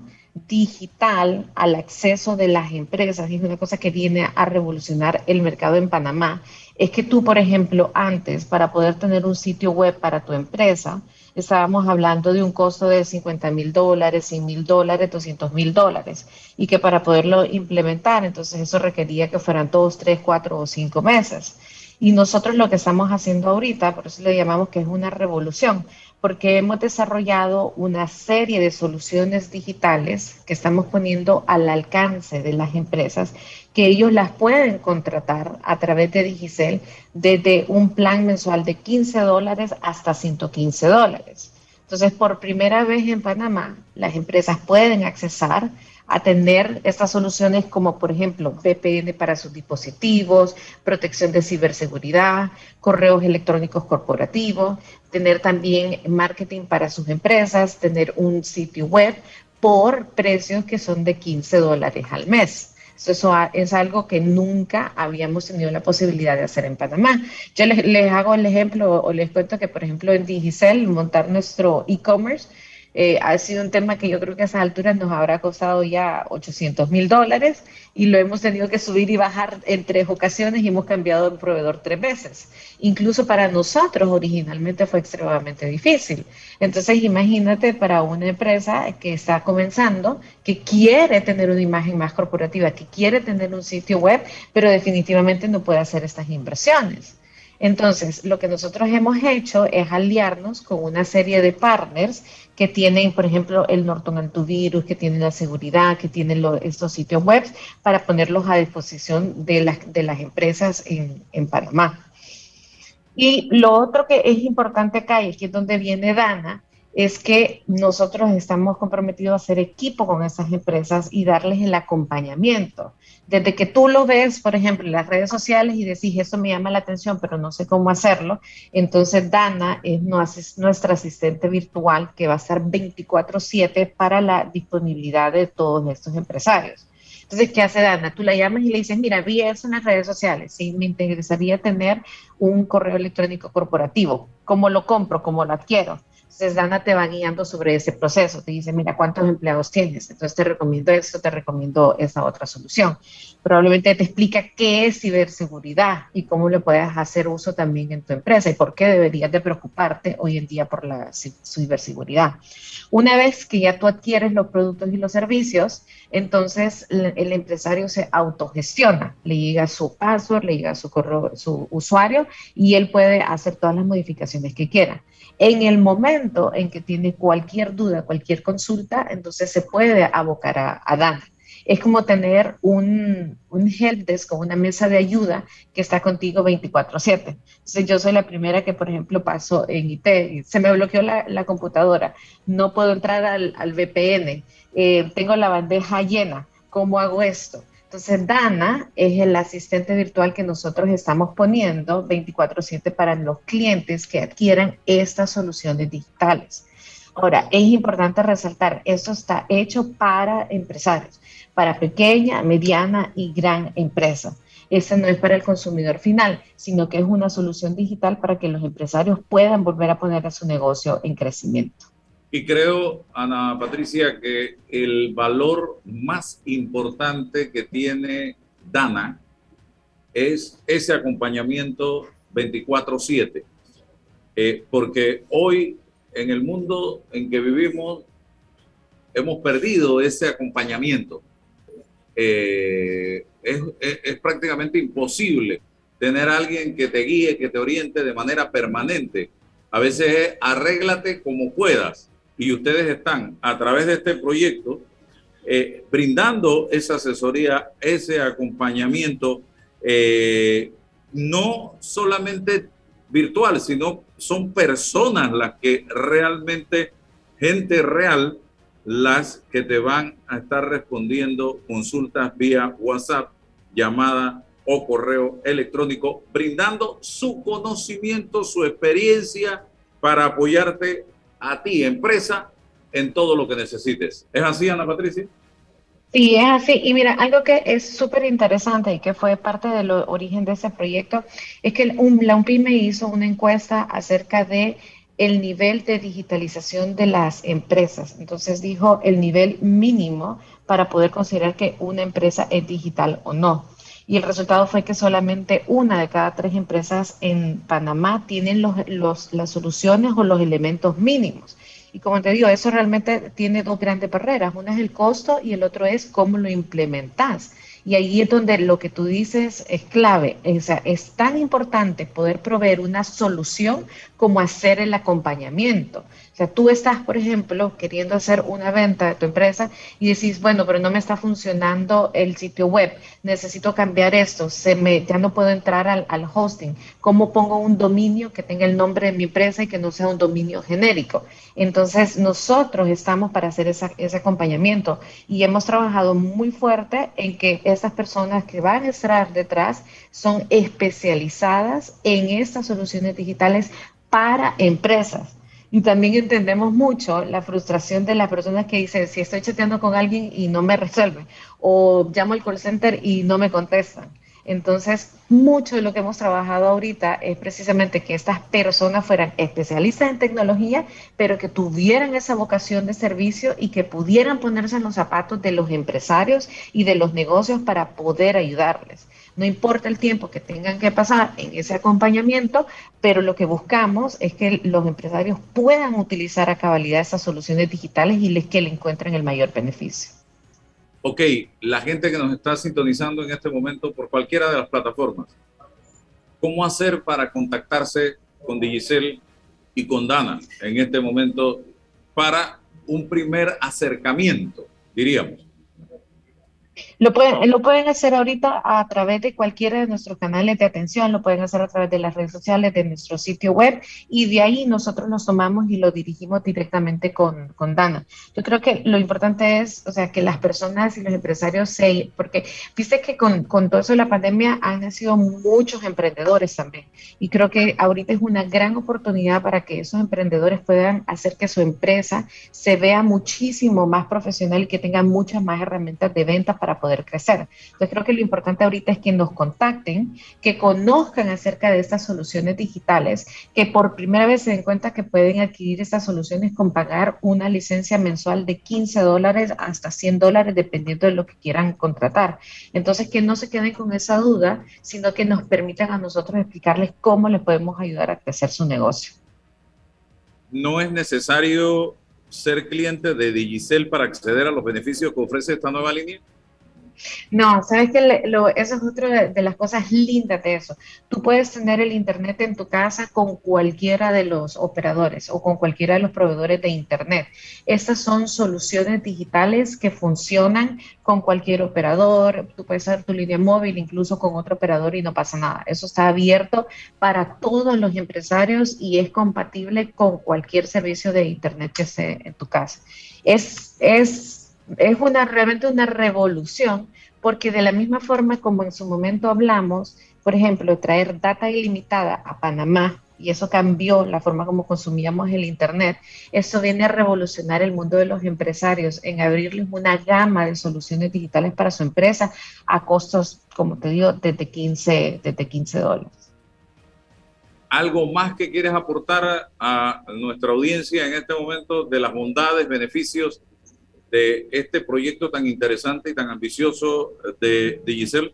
digital al acceso de las empresas, y es una cosa que viene a revolucionar el mercado en Panamá, es que tú, por ejemplo, antes, para poder tener un sitio web para tu empresa, estábamos hablando de un costo de cincuenta mil dólares, cien mil dólares, doscientos mil dólares, y que para poderlo implementar, entonces eso requería que fueran dos, tres, cuatro o cinco meses. Y nosotros lo que estamos haciendo ahorita, por eso le llamamos que es una revolución, porque hemos desarrollado una serie de soluciones digitales que estamos poniendo al alcance de las empresas, que ellos las pueden contratar a través de Digicel desde un plan mensual de quince dólares hasta ciento quince dólares. Entonces, por primera vez en Panamá, las empresas pueden accesar a tener estas soluciones como, por ejemplo, V P N para sus dispositivos, protección de ciberseguridad, correos electrónicos corporativos, tener también marketing para sus empresas, tener un sitio web por precios que son de quince dólares al mes. Eso es algo que nunca habíamos tenido la posibilidad de hacer en Panamá. Yo les, les hago el ejemplo o les cuento que, por ejemplo, en Digicel, montar nuestro e-commerce, Eh, ha sido un tema que yo creo que a esas alturas nos habrá costado ya ochocientos mil dólares y lo hemos tenido que subir y bajar en tres ocasiones y hemos cambiado de proveedor tres veces. Incluso para nosotros originalmente fue extremadamente difícil. Entonces imagínate para una empresa que está comenzando, que quiere tener una imagen más corporativa, que quiere tener un sitio web, pero definitivamente no puede hacer estas inversiones. Entonces, lo que nosotros hemos hecho es aliarnos con una serie de partners que tienen, por ejemplo, el Norton Antivirus, que tienen la seguridad, que tienen lo, estos sitios web para ponerlos a disposición de las, de las empresas en, en Panamá. Y lo otro que es importante acá, y aquí es donde viene Dana, es que nosotros estamos comprometidos a hacer equipo con esas empresas y darles el acompañamiento. Desde que tú lo ves, por ejemplo, en las redes sociales y decís, eso me llama la atención, pero no sé cómo hacerlo, entonces Dana es nuestra asistente virtual que va a estar veinticuatro siete para la disponibilidad de todos estos empresarios. Entonces, ¿qué hace Dana? Tú la llamas y le dices, mira, vi eso en las redes sociales, sí, me interesaría tener un correo electrónico corporativo. ¿Cómo lo compro? ¿Cómo lo adquiero? Entonces, Dana te va guiando sobre ese proceso. Te dice, mira, ¿cuántos empleados tienes? Entonces, te recomiendo esto, te recomiendo esa otra solución. Probablemente te explica qué es ciberseguridad y cómo le puedes hacer uso también en tu empresa y por qué deberías de preocuparte hoy en día por la ciberseguridad. Una vez que ya tú adquieres los productos y los servicios, entonces el, el empresario se autogestiona. Le llega su password, le llega su correo, su usuario y él puede hacer todas las modificaciones que quiera. En el momento en que tiene cualquier duda, cualquier consulta, entonces se puede abocar a, a Dana. Es como tener un, un helpdesk o una mesa de ayuda que está contigo veinticuatro siete. Entonces yo soy la primera que, por ejemplo, paso en I T, se me bloqueó la, la computadora, no puedo entrar al, al V P N, eh, tengo la bandeja llena, ¿cómo hago esto? Entonces, Dana es el asistente virtual que nosotros estamos poniendo veinticuatro siete para los clientes que adquieran estas soluciones digitales. Ahora, es importante resaltar, esto está hecho para empresarios, para pequeña, mediana y gran empresa. Este no es para el consumidor final, sino que es una solución digital para que los empresarios puedan volver a poner a su negocio en crecimiento. Y creo, Ana Patricia, que el valor más importante que tiene Dana es ese acompañamiento veinticuatro siete. Eh, porque hoy, en el mundo en que vivimos, hemos perdido ese acompañamiento. Eh, es, es, es prácticamente imposible tener a alguien que te guíe, que te oriente de manera permanente. A veces es arréglate como puedas. Y ustedes están, a través de este proyecto, eh, brindando esa asesoría, ese acompañamiento, eh, no solamente virtual, sino son personas las que realmente, gente real, las que te van a estar respondiendo consultas vía WhatsApp, llamada o correo electrónico, brindando su conocimiento, su experiencia para apoyarte a ti, empresa, en todo lo que necesites. ¿Es así, Ana Patricia? Sí, es así. Y mira, algo que es súper interesante y que fue parte del origen de ese proyecto es que la UNPYME hizo una encuesta acerca de el nivel de digitalización de las empresas. Entonces dijo el nivel mínimo para poder considerar que una empresa es digital o no. Y el resultado fue que solamente una de cada tres empresas en Panamá tienen los, los, las soluciones o los elementos mínimos. Y como te digo, eso realmente tiene dos grandes barreras. Una es el costo y el otro es cómo lo implementas. Y ahí es donde lo que tú dices es clave. O sea, es tan importante poder proveer una solución como hacer el acompañamiento. O sea, tú estás, por ejemplo, queriendo hacer una venta de tu empresa y decís, bueno, pero no me está funcionando el sitio web, necesito cambiar esto, se me, ya no puedo entrar al, al hosting. ¿Cómo pongo un dominio que tenga el nombre de mi empresa y que no sea un dominio genérico? Entonces, nosotros estamos para hacer esa, ese acompañamiento y hemos trabajado muy fuerte en que esas personas que van a estar detrás son especializadas en estas soluciones digitales para empresas. Y también entendemos mucho la frustración de las personas que dicen, si estoy chateando con alguien y no me resuelve, o llamo al call center y no me contestan. Entonces, mucho de lo que hemos trabajado ahorita es precisamente que estas personas fueran especialistas en tecnología, pero que tuvieran esa vocación de servicio y que pudieran ponerse en los zapatos de los empresarios y de los negocios para poder ayudarles. No importa el tiempo que tengan que pasar en ese acompañamiento, pero lo que buscamos es que los empresarios puedan utilizar a cabalidad esas soluciones digitales y les que le encuentren el mayor beneficio. Ok, la gente que nos está sintonizando en este momento por cualquiera de las plataformas, ¿cómo hacer para contactarse con Digicel y con Dana en este momento para un primer acercamiento, diríamos? Lo pueden, lo pueden hacer ahorita a través de cualquiera de nuestros canales de atención, lo pueden hacer a través de las redes sociales, de nuestro sitio web, y de ahí nosotros nos tomamos y lo dirigimos directamente con, con Dana. Yo creo que lo importante es, o sea, que las personas y los empresarios se, porque viste que con, con todo eso de la pandemia han nacido muchos emprendedores también, y creo que ahorita es una gran oportunidad para que esos emprendedores puedan hacer que su empresa se vea muchísimo más profesional y que tenga muchas más herramientas de venta para poder crecer. Entonces creo que lo importante ahorita es que nos contacten, que conozcan acerca de estas soluciones digitales, que por primera vez se den cuenta que pueden adquirir estas soluciones con pagar una licencia mensual de quince dólares hasta cien dólares, dependiendo de lo que quieran contratar. Entonces que no se queden con esa duda, sino que nos permitan a nosotros explicarles cómo les podemos ayudar a crecer su negocio. No es necesario ser cliente de Digicel para acceder a los beneficios que ofrece esta nueva línea. No, sabes que le- lo, eso es otra de, de las cosas lindas de eso. Tú puedes tener el internet en tu casa con cualquiera de los operadores o con cualquiera de los proveedores de internet. Estas son soluciones digitales que funcionan con cualquier operador. Tú puedes hacer tu línea móvil incluso con otro operador y no pasa nada. Eso está abierto para todos los empresarios y es compatible con cualquier servicio de internet que esté en tu casa. Es, es, es una, realmente una revolución, porque de la misma forma como en su momento hablamos, por ejemplo, traer data ilimitada a Panamá, y eso cambió la forma como consumíamos el internet, eso viene a revolucionar el mundo de los empresarios en abrirles una gama de soluciones digitales para su empresa a costos, como te digo, desde quince, desde quince dólares. ¿Algo más que quieres aportar a nuestra audiencia en este momento de las bondades, beneficios de este proyecto tan interesante y tan ambicioso de Digicel?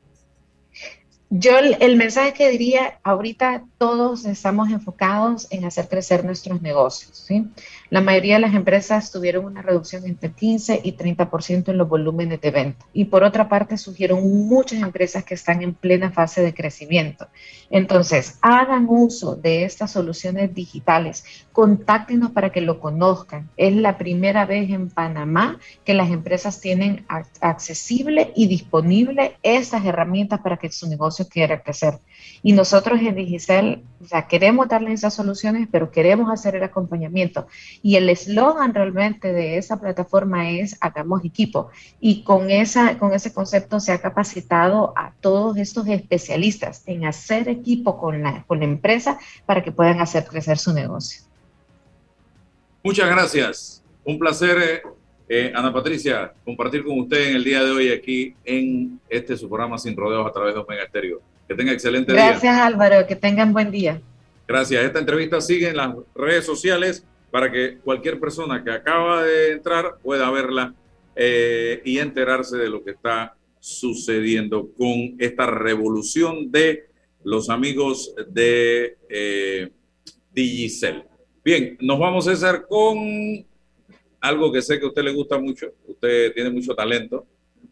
Yo el, el mensaje que diría, ahorita todos estamos enfocados en hacer crecer nuestros negocios, ¿sí? La mayoría de las empresas tuvieron una reducción entre quince y treinta por ciento en los volúmenes de venta. Y por otra parte, surgieron muchas empresas que están en plena fase de crecimiento. Entonces, hagan uso de estas soluciones digitales, contáctenos para que lo conozcan. Es la primera vez en Panamá que las empresas tienen accesible y disponible estas herramientas para que su negocio quiera crecer. Y nosotros en Digicel, o sea, queremos darles esas soluciones, pero queremos hacer el acompañamiento. Y el eslogan realmente de esa plataforma es hagamos equipo. Y con, esa, con ese concepto se ha capacitado a todos estos especialistas en hacer equipo con la, con la empresa para que puedan hacer crecer su negocio. Muchas gracias. Un placer, eh, Ana Patricia, compartir con usted en el día de hoy aquí en este su programa Sin Rodeos a través de Omega Estéreo. Que tenga excelente día. Gracias, Álvaro. Que tengan buen día. Gracias. Esta entrevista sigue en las redes sociales para que cualquier persona que acaba de entrar pueda verla eh, y enterarse de lo que está sucediendo con esta revolución de los amigos de eh, Digicel. Bien, nos vamos, César, con algo que sé que a usted le gusta mucho. Usted tiene mucho talento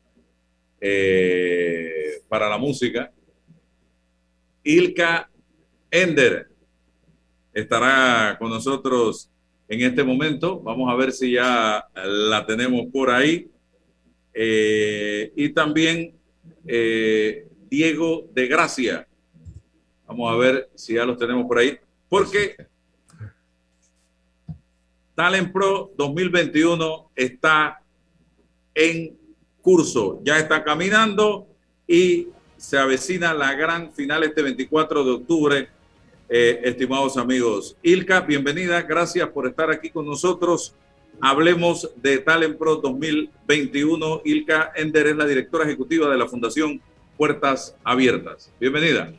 eh, para la música. Ilka Ender estará con nosotros en este momento. Vamos a ver si ya la tenemos por ahí. Eh, y también eh, Diego de Gracia. Vamos a ver si ya los tenemos por ahí. Porque Talent Pro dos mil veintiuno está en curso. Ya está caminando y se avecina la gran final este veinticuatro de octubre, eh, estimados amigos. Ilka, bienvenida, gracias por estar aquí con nosotros. Hablemos de Talent Pro dos mil veintiuno. Ilka Ender es la directora ejecutiva de la Fundación Puertas Abiertas. Bienvenida.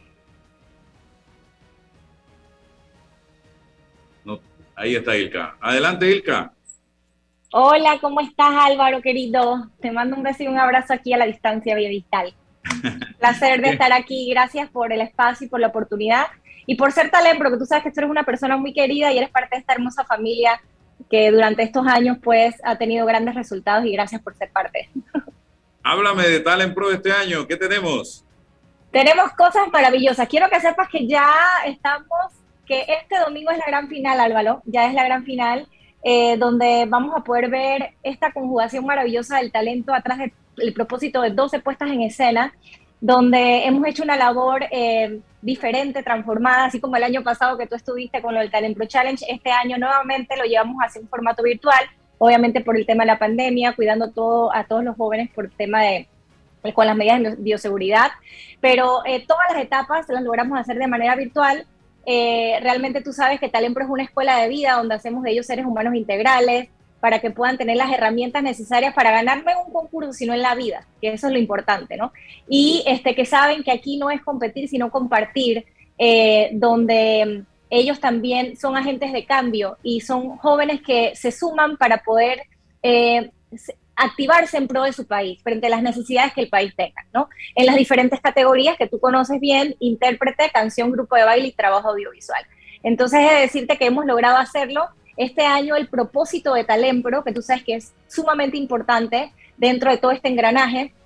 No, ahí está Ilka. Adelante, Ilka. Hola, ¿cómo estás, Álvaro, querido? Te mando un beso y un abrazo aquí a la distancia vía digital. Placer de estar aquí, gracias por el espacio y por la oportunidad y por ser Talent Pro, porque tú sabes que tú eres una persona muy querida y eres parte de esta hermosa familia que durante estos años pues ha tenido grandes resultados y gracias por ser parte. Háblame de Talent Pro de este año, ¿qué tenemos? Tenemos cosas maravillosas, quiero que sepas que ya estamos, que este domingo es la gran final, Álvaro, ya es la gran final, eh, donde vamos a poder ver esta conjugación maravillosa del talento atrás de el propósito de doce puestas en escena, donde hemos hecho una labor eh, diferente, transformada, así como el año pasado que tú estuviste con lo del Talent Pro Challenge. Este año nuevamente lo llevamos hacia un formato virtual, obviamente por el tema de la pandemia, cuidando todo, a todos los jóvenes por el tema de con las medidas de bioseguridad, pero eh, todas las etapas las logramos hacer de manera virtual. Eh, realmente tú sabes que Talent Pro es una escuela de vida donde hacemos de ellos seres humanos integrales, para que puedan tener las herramientas necesarias para ganar no en un concurso, sino en la vida, que eso es lo importante, ¿no? Y este, que saben que aquí no es competir, sino compartir, eh, donde ellos también son agentes de cambio y son jóvenes que se suman para poder eh, activarse en pro de su país, frente a las necesidades que el país tenga, ¿no? En las diferentes categorías que tú conoces bien, intérprete, canción, grupo de baile y trabajo audiovisual. Entonces, he de decirte que hemos logrado hacerlo. Este año el propósito de Talent Pro, que tú sabes que es sumamente importante dentro de todo este engranaje,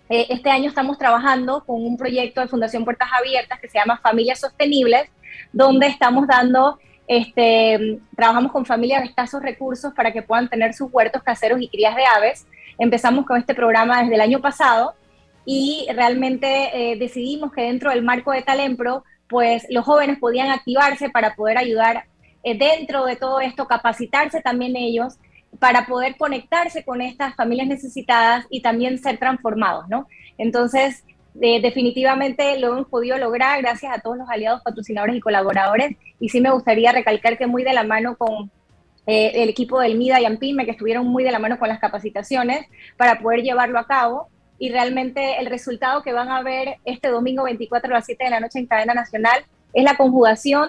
Eh, este año estamos trabajando con un proyecto de Fundación Puertas Abiertas que se llama Familias Sostenibles, donde estamos dando, este, trabajamos con familias de escasos recursos para que puedan tener sus huertos caseros y crías de aves. Empezamos con este programa desde el año pasado y realmente eh, decidimos que dentro del marco de Talempro, pues los jóvenes podían activarse para poder ayudar eh, dentro de todo esto, capacitarse también ellos, para poder conectarse con estas familias necesitadas y también ser transformados, ¿no? Entonces, eh, definitivamente lo hemos podido lograr gracias a todos los aliados, patrocinadores y colaboradores, y sí me gustaría recalcar que muy de la mano con eh, el equipo del MIDA y AMPIME, que estuvieron muy de la mano con las capacitaciones para poder llevarlo a cabo, y realmente el resultado que van a ver este domingo veinticuatro a las siete de la noche en cadena nacional es la conjugación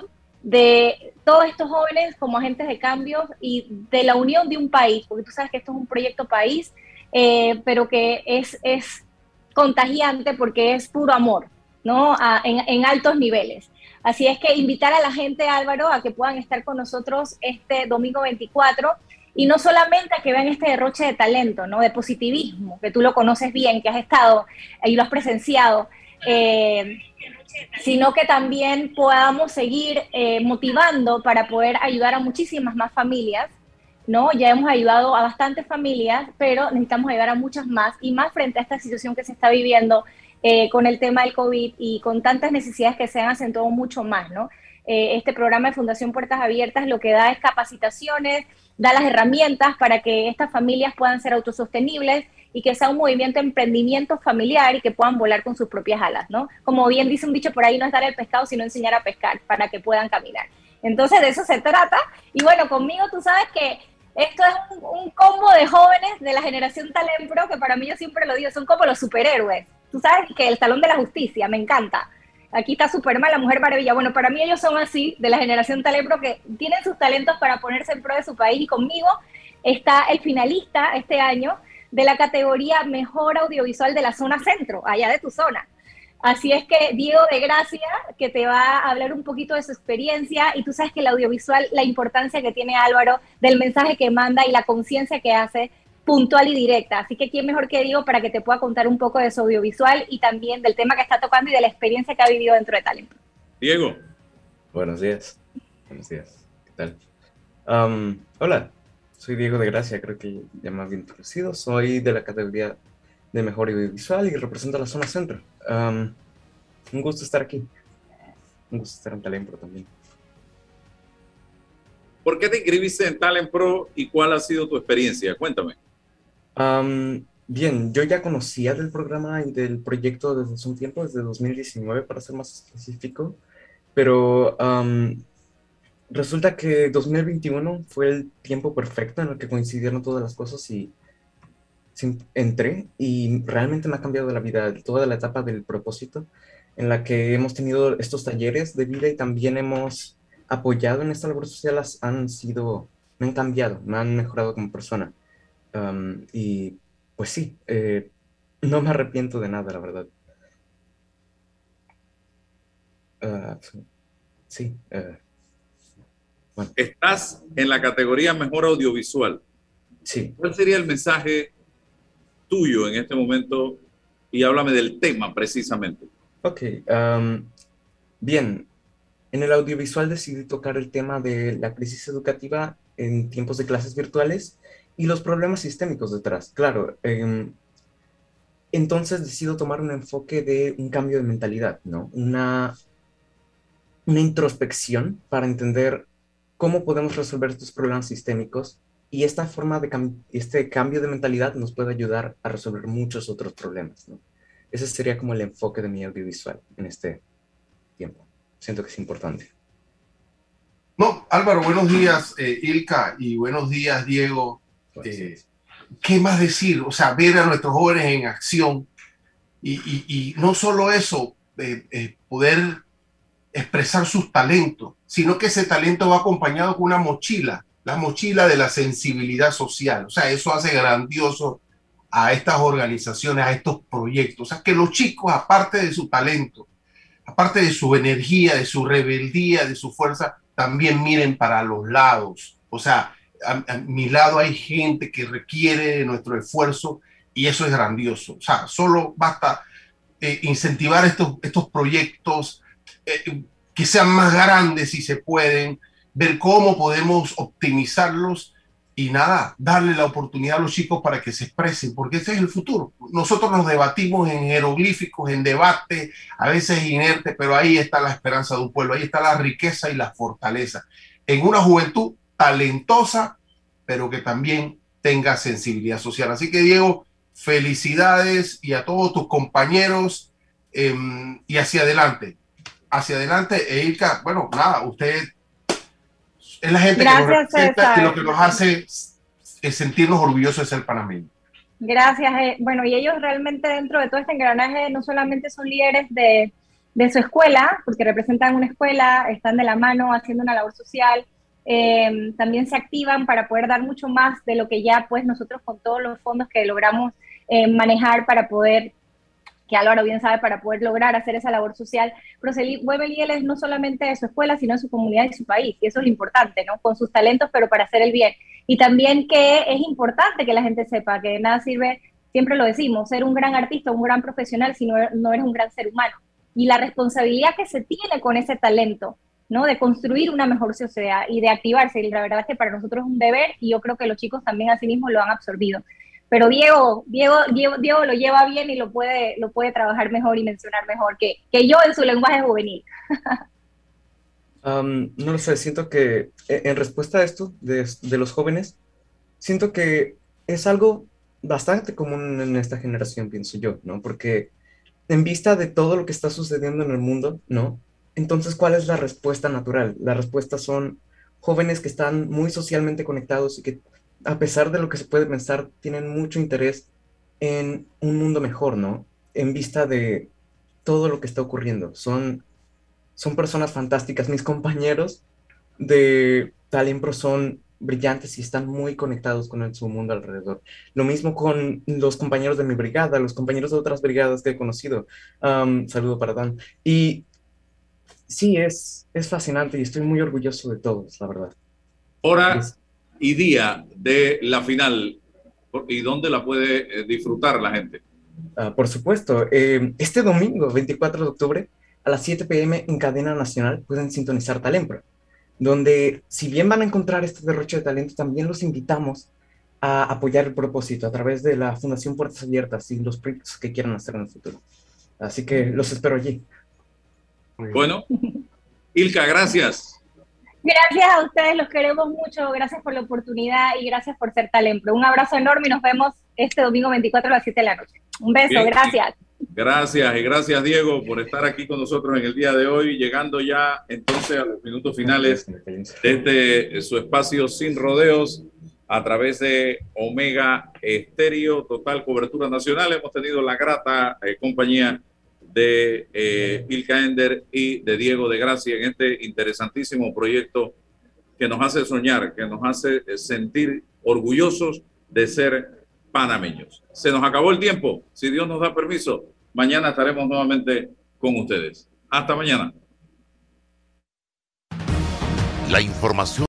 de todos estos jóvenes como agentes de cambio y de la unión de un país, porque tú sabes que esto es un proyecto país, eh, pero que es, es contagiante porque es puro amor, ¿no? A, en, en altos niveles. Así es que invitar a la gente, Álvaro, a que puedan estar con nosotros este domingo veinticuatro, y no solamente a que vean este derroche de talento, ¿no? De positivismo, que tú lo conoces bien, que has estado y lo has presenciado, eh, sino que también podamos seguir eh, motivando para poder ayudar a muchísimas más familias, ¿no? Ya hemos ayudado a bastantes familias, pero necesitamos ayudar a muchas más, y más frente a esta situación que se está viviendo eh, con el tema del COVID y con tantas necesidades que se han acentuado mucho más, ¿no? Eh, este programa de Fundación Puertas Abiertas lo que da es capacitaciones, da las herramientas para que estas familias puedan ser autosostenibles y que sea un movimiento de emprendimiento familiar y que puedan volar con sus propias alas, ¿no? Como bien dice un dicho por ahí, no es dar el pescado, sino enseñar a pescar para que puedan caminar. Entonces, de eso se trata. Y bueno, conmigo tú sabes que esto es un, un combo de jóvenes de la generación Talempro, que para mí, yo siempre lo digo, son como los superhéroes. Tú sabes que el Salón de la Justicia, me encanta. Aquí está Superman, la Mujer Maravilla. Bueno, para mí ellos son así, de la generación Talempro, que tienen sus talentos para ponerse en pro de su país. Y conmigo está el finalista este año de la categoría Mejor Audiovisual de la Zona Centro, allá de tu zona. Así es que Diego de Gracia, que te va a hablar un poquito de su experiencia, y tú sabes que el audiovisual, la importancia que tiene Álvaro, del mensaje que manda y la conciencia que hace, puntual y directa. Así que quién mejor que Diego para que te pueda contar un poco de su audiovisual y también del tema que está tocando y de la experiencia que ha vivido dentro de Talempro. Diego. Buenos días. Buenos días. ¿Qué tal? Um, hola, soy Diego de Gracia, creo que ya me había introducido. Soy de la categoría de Mejor Audiovisual y represento a la Zona Centro. Um, un gusto estar aquí. Un gusto estar en Talempro también. ¿Por qué te inscribiste en Talempro y cuál ha sido tu experiencia? Cuéntame. Um, bien, yo ya conocía del programa y del proyecto desde hace un tiempo, desde dos mil diecinueve para ser más específico, pero um, resulta que dos mil veintiuno fue el tiempo perfecto en el que coincidieron todas las cosas y sí, entré, y realmente me ha cambiado la vida, toda la etapa del propósito, en la que hemos tenido estos talleres de vida y también hemos apoyado en esta labor social. Han sido, me han cambiado, me han mejorado como persona. Um, y pues sí, eh, no me arrepiento de nada, la verdad. Uh, sí. Uh, bueno. Estás en la categoría Mejor Audiovisual. Sí. ¿Cuál sería el mensaje tuyo en este momento? Y háblame del tema precisamente. Ok. Um, bien. En el audiovisual decidí tocar el tema de la crisis educativa en tiempos de clases virtuales y los problemas sistémicos detrás. Claro, eh, entonces decido tomar un enfoque de un cambio de mentalidad, ¿no? Una, una introspección para entender cómo podemos resolver estos problemas sistémicos, y esta forma de cam- este cambio de mentalidad nos puede ayudar a resolver muchos otros problemas, ¿no? Ese sería como el enfoque de mi audiovisual en este tiempo. Siento que es importante. No, Álvaro, buenos días, eh, Ilka, y buenos días, Diego. Eh, ¿Qué más decir? O sea, ver a nuestros jóvenes en acción y, y, y no solo eso, eh, eh, poder expresar sus talentos, sino que ese talento va acompañado con una mochila, la mochila de la sensibilidad social. O sea, eso hace grandioso a estas organizaciones, a estos proyectos. O sea, que los chicos, aparte de su talento, aparte de su energía, de su rebeldía, de su fuerza, también miren para los lados. O sea, a, a mi lado hay gente que requiere de nuestro esfuerzo y eso es grandioso. O sea, solo basta eh, incentivar estos, estos proyectos, eh, que sean más grandes si se pueden, ver cómo podemos optimizarlos y nada, darle la oportunidad a los chicos para que se expresen, porque ese es el futuro. Nosotros nos debatimos en jeroglíficos, en debate, a veces inerte, pero ahí está la esperanza de un pueblo, ahí está la riqueza y la fortaleza. En una juventud talentosa, pero que también tenga sensibilidad social. Así que, Diego, felicidades y a todos tus compañeros eh, y hacia adelante. Hacia adelante, e Ilka, bueno, nada, usted es la gente Gracias, que nos representa y lo que nos hace es sentirnos orgullosos de ser panameños. Gracias. Eh, bueno, y ellos realmente dentro de todo este engranaje no solamente son líderes de, de su escuela, porque representan una escuela, están de la mano haciendo una labor social, eh, también se activan para poder dar mucho más de lo que ya pues nosotros con todos los fondos que logramos eh, manejar para poder, que Álvaro bien sabe, para poder lograr hacer esa labor social. Pero se mueve líderes no solamente de su escuela, sino de su comunidad y su país, y eso es lo importante, ¿no? Con sus talentos, pero para hacer el bien. Y también que es importante que la gente sepa que de nada sirve, siempre lo decimos, ser un gran artista, un gran profesional, si no, no eres un gran ser humano. Y la responsabilidad que se tiene con ese talento, ¿no? De construir una mejor sociedad y de activarse, y la verdad es que para nosotros es un deber, y yo creo que los chicos también así mismo lo han absorbido. Pero Diego, Diego, Diego, Diego lo lleva bien y lo puede, lo puede trabajar mejor y mencionar mejor que, que yo en su lenguaje juvenil. um, no lo sé, siento que en respuesta a esto de, de los jóvenes, siento que es algo bastante común en esta generación, pienso yo, ¿no? Porque en vista de todo lo que está sucediendo en el mundo, ¿no? Entonces, ¿cuál es la respuesta natural? La respuesta son jóvenes que están muy socialmente conectados y que, a pesar de lo que se puede pensar, tienen mucho interés en un mundo mejor, ¿no? En vista de todo lo que está ocurriendo. Son, son personas fantásticas. Mis compañeros de Talempro son brillantes y están muy conectados con el, su mundo alrededor. Lo mismo con los compañeros de mi brigada, los compañeros de otras brigadas que he conocido. Um, saludo para Dan. Y sí, es, es fascinante y estoy muy orgulloso de todos, la verdad. Hora Es, y día de la final, ¿y dónde la puede eh, disfrutar la gente? uh, por supuesto, eh, este domingo, veinticuatro de octubre, a las siete p m en cadena nacional pueden sintonizar Talempro, donde si bien van a encontrar este derroche de talento, también los invitamos a apoyar el propósito a través de la Fundación Puertas Abiertas y los proyectos que quieran hacer en el futuro. Así que los espero allí. Bueno, Ilka, gracias. Gracias a ustedes, los queremos mucho, gracias por la oportunidad y gracias por ser Talempro. Un abrazo enorme y nos vemos este domingo veinticuatro a las siete de la noche. Un beso, Bien. Gracias. Gracias y gracias, Diego, por estar aquí con nosotros en el día de hoy, llegando ya entonces a los minutos finales de este, su espacio Sin Rodeos a través de Omega Estéreo, total cobertura nacional. Hemos tenido la grata eh, compañía de eh, Ilka Ender y de Diego de Gracia en este interesantísimo proyecto que nos hace soñar, que nos hace sentir orgullosos de ser panameños. Se nos acabó el tiempo. Si Dios nos da permiso, mañana estaremos nuevamente con ustedes. Hasta mañana. La información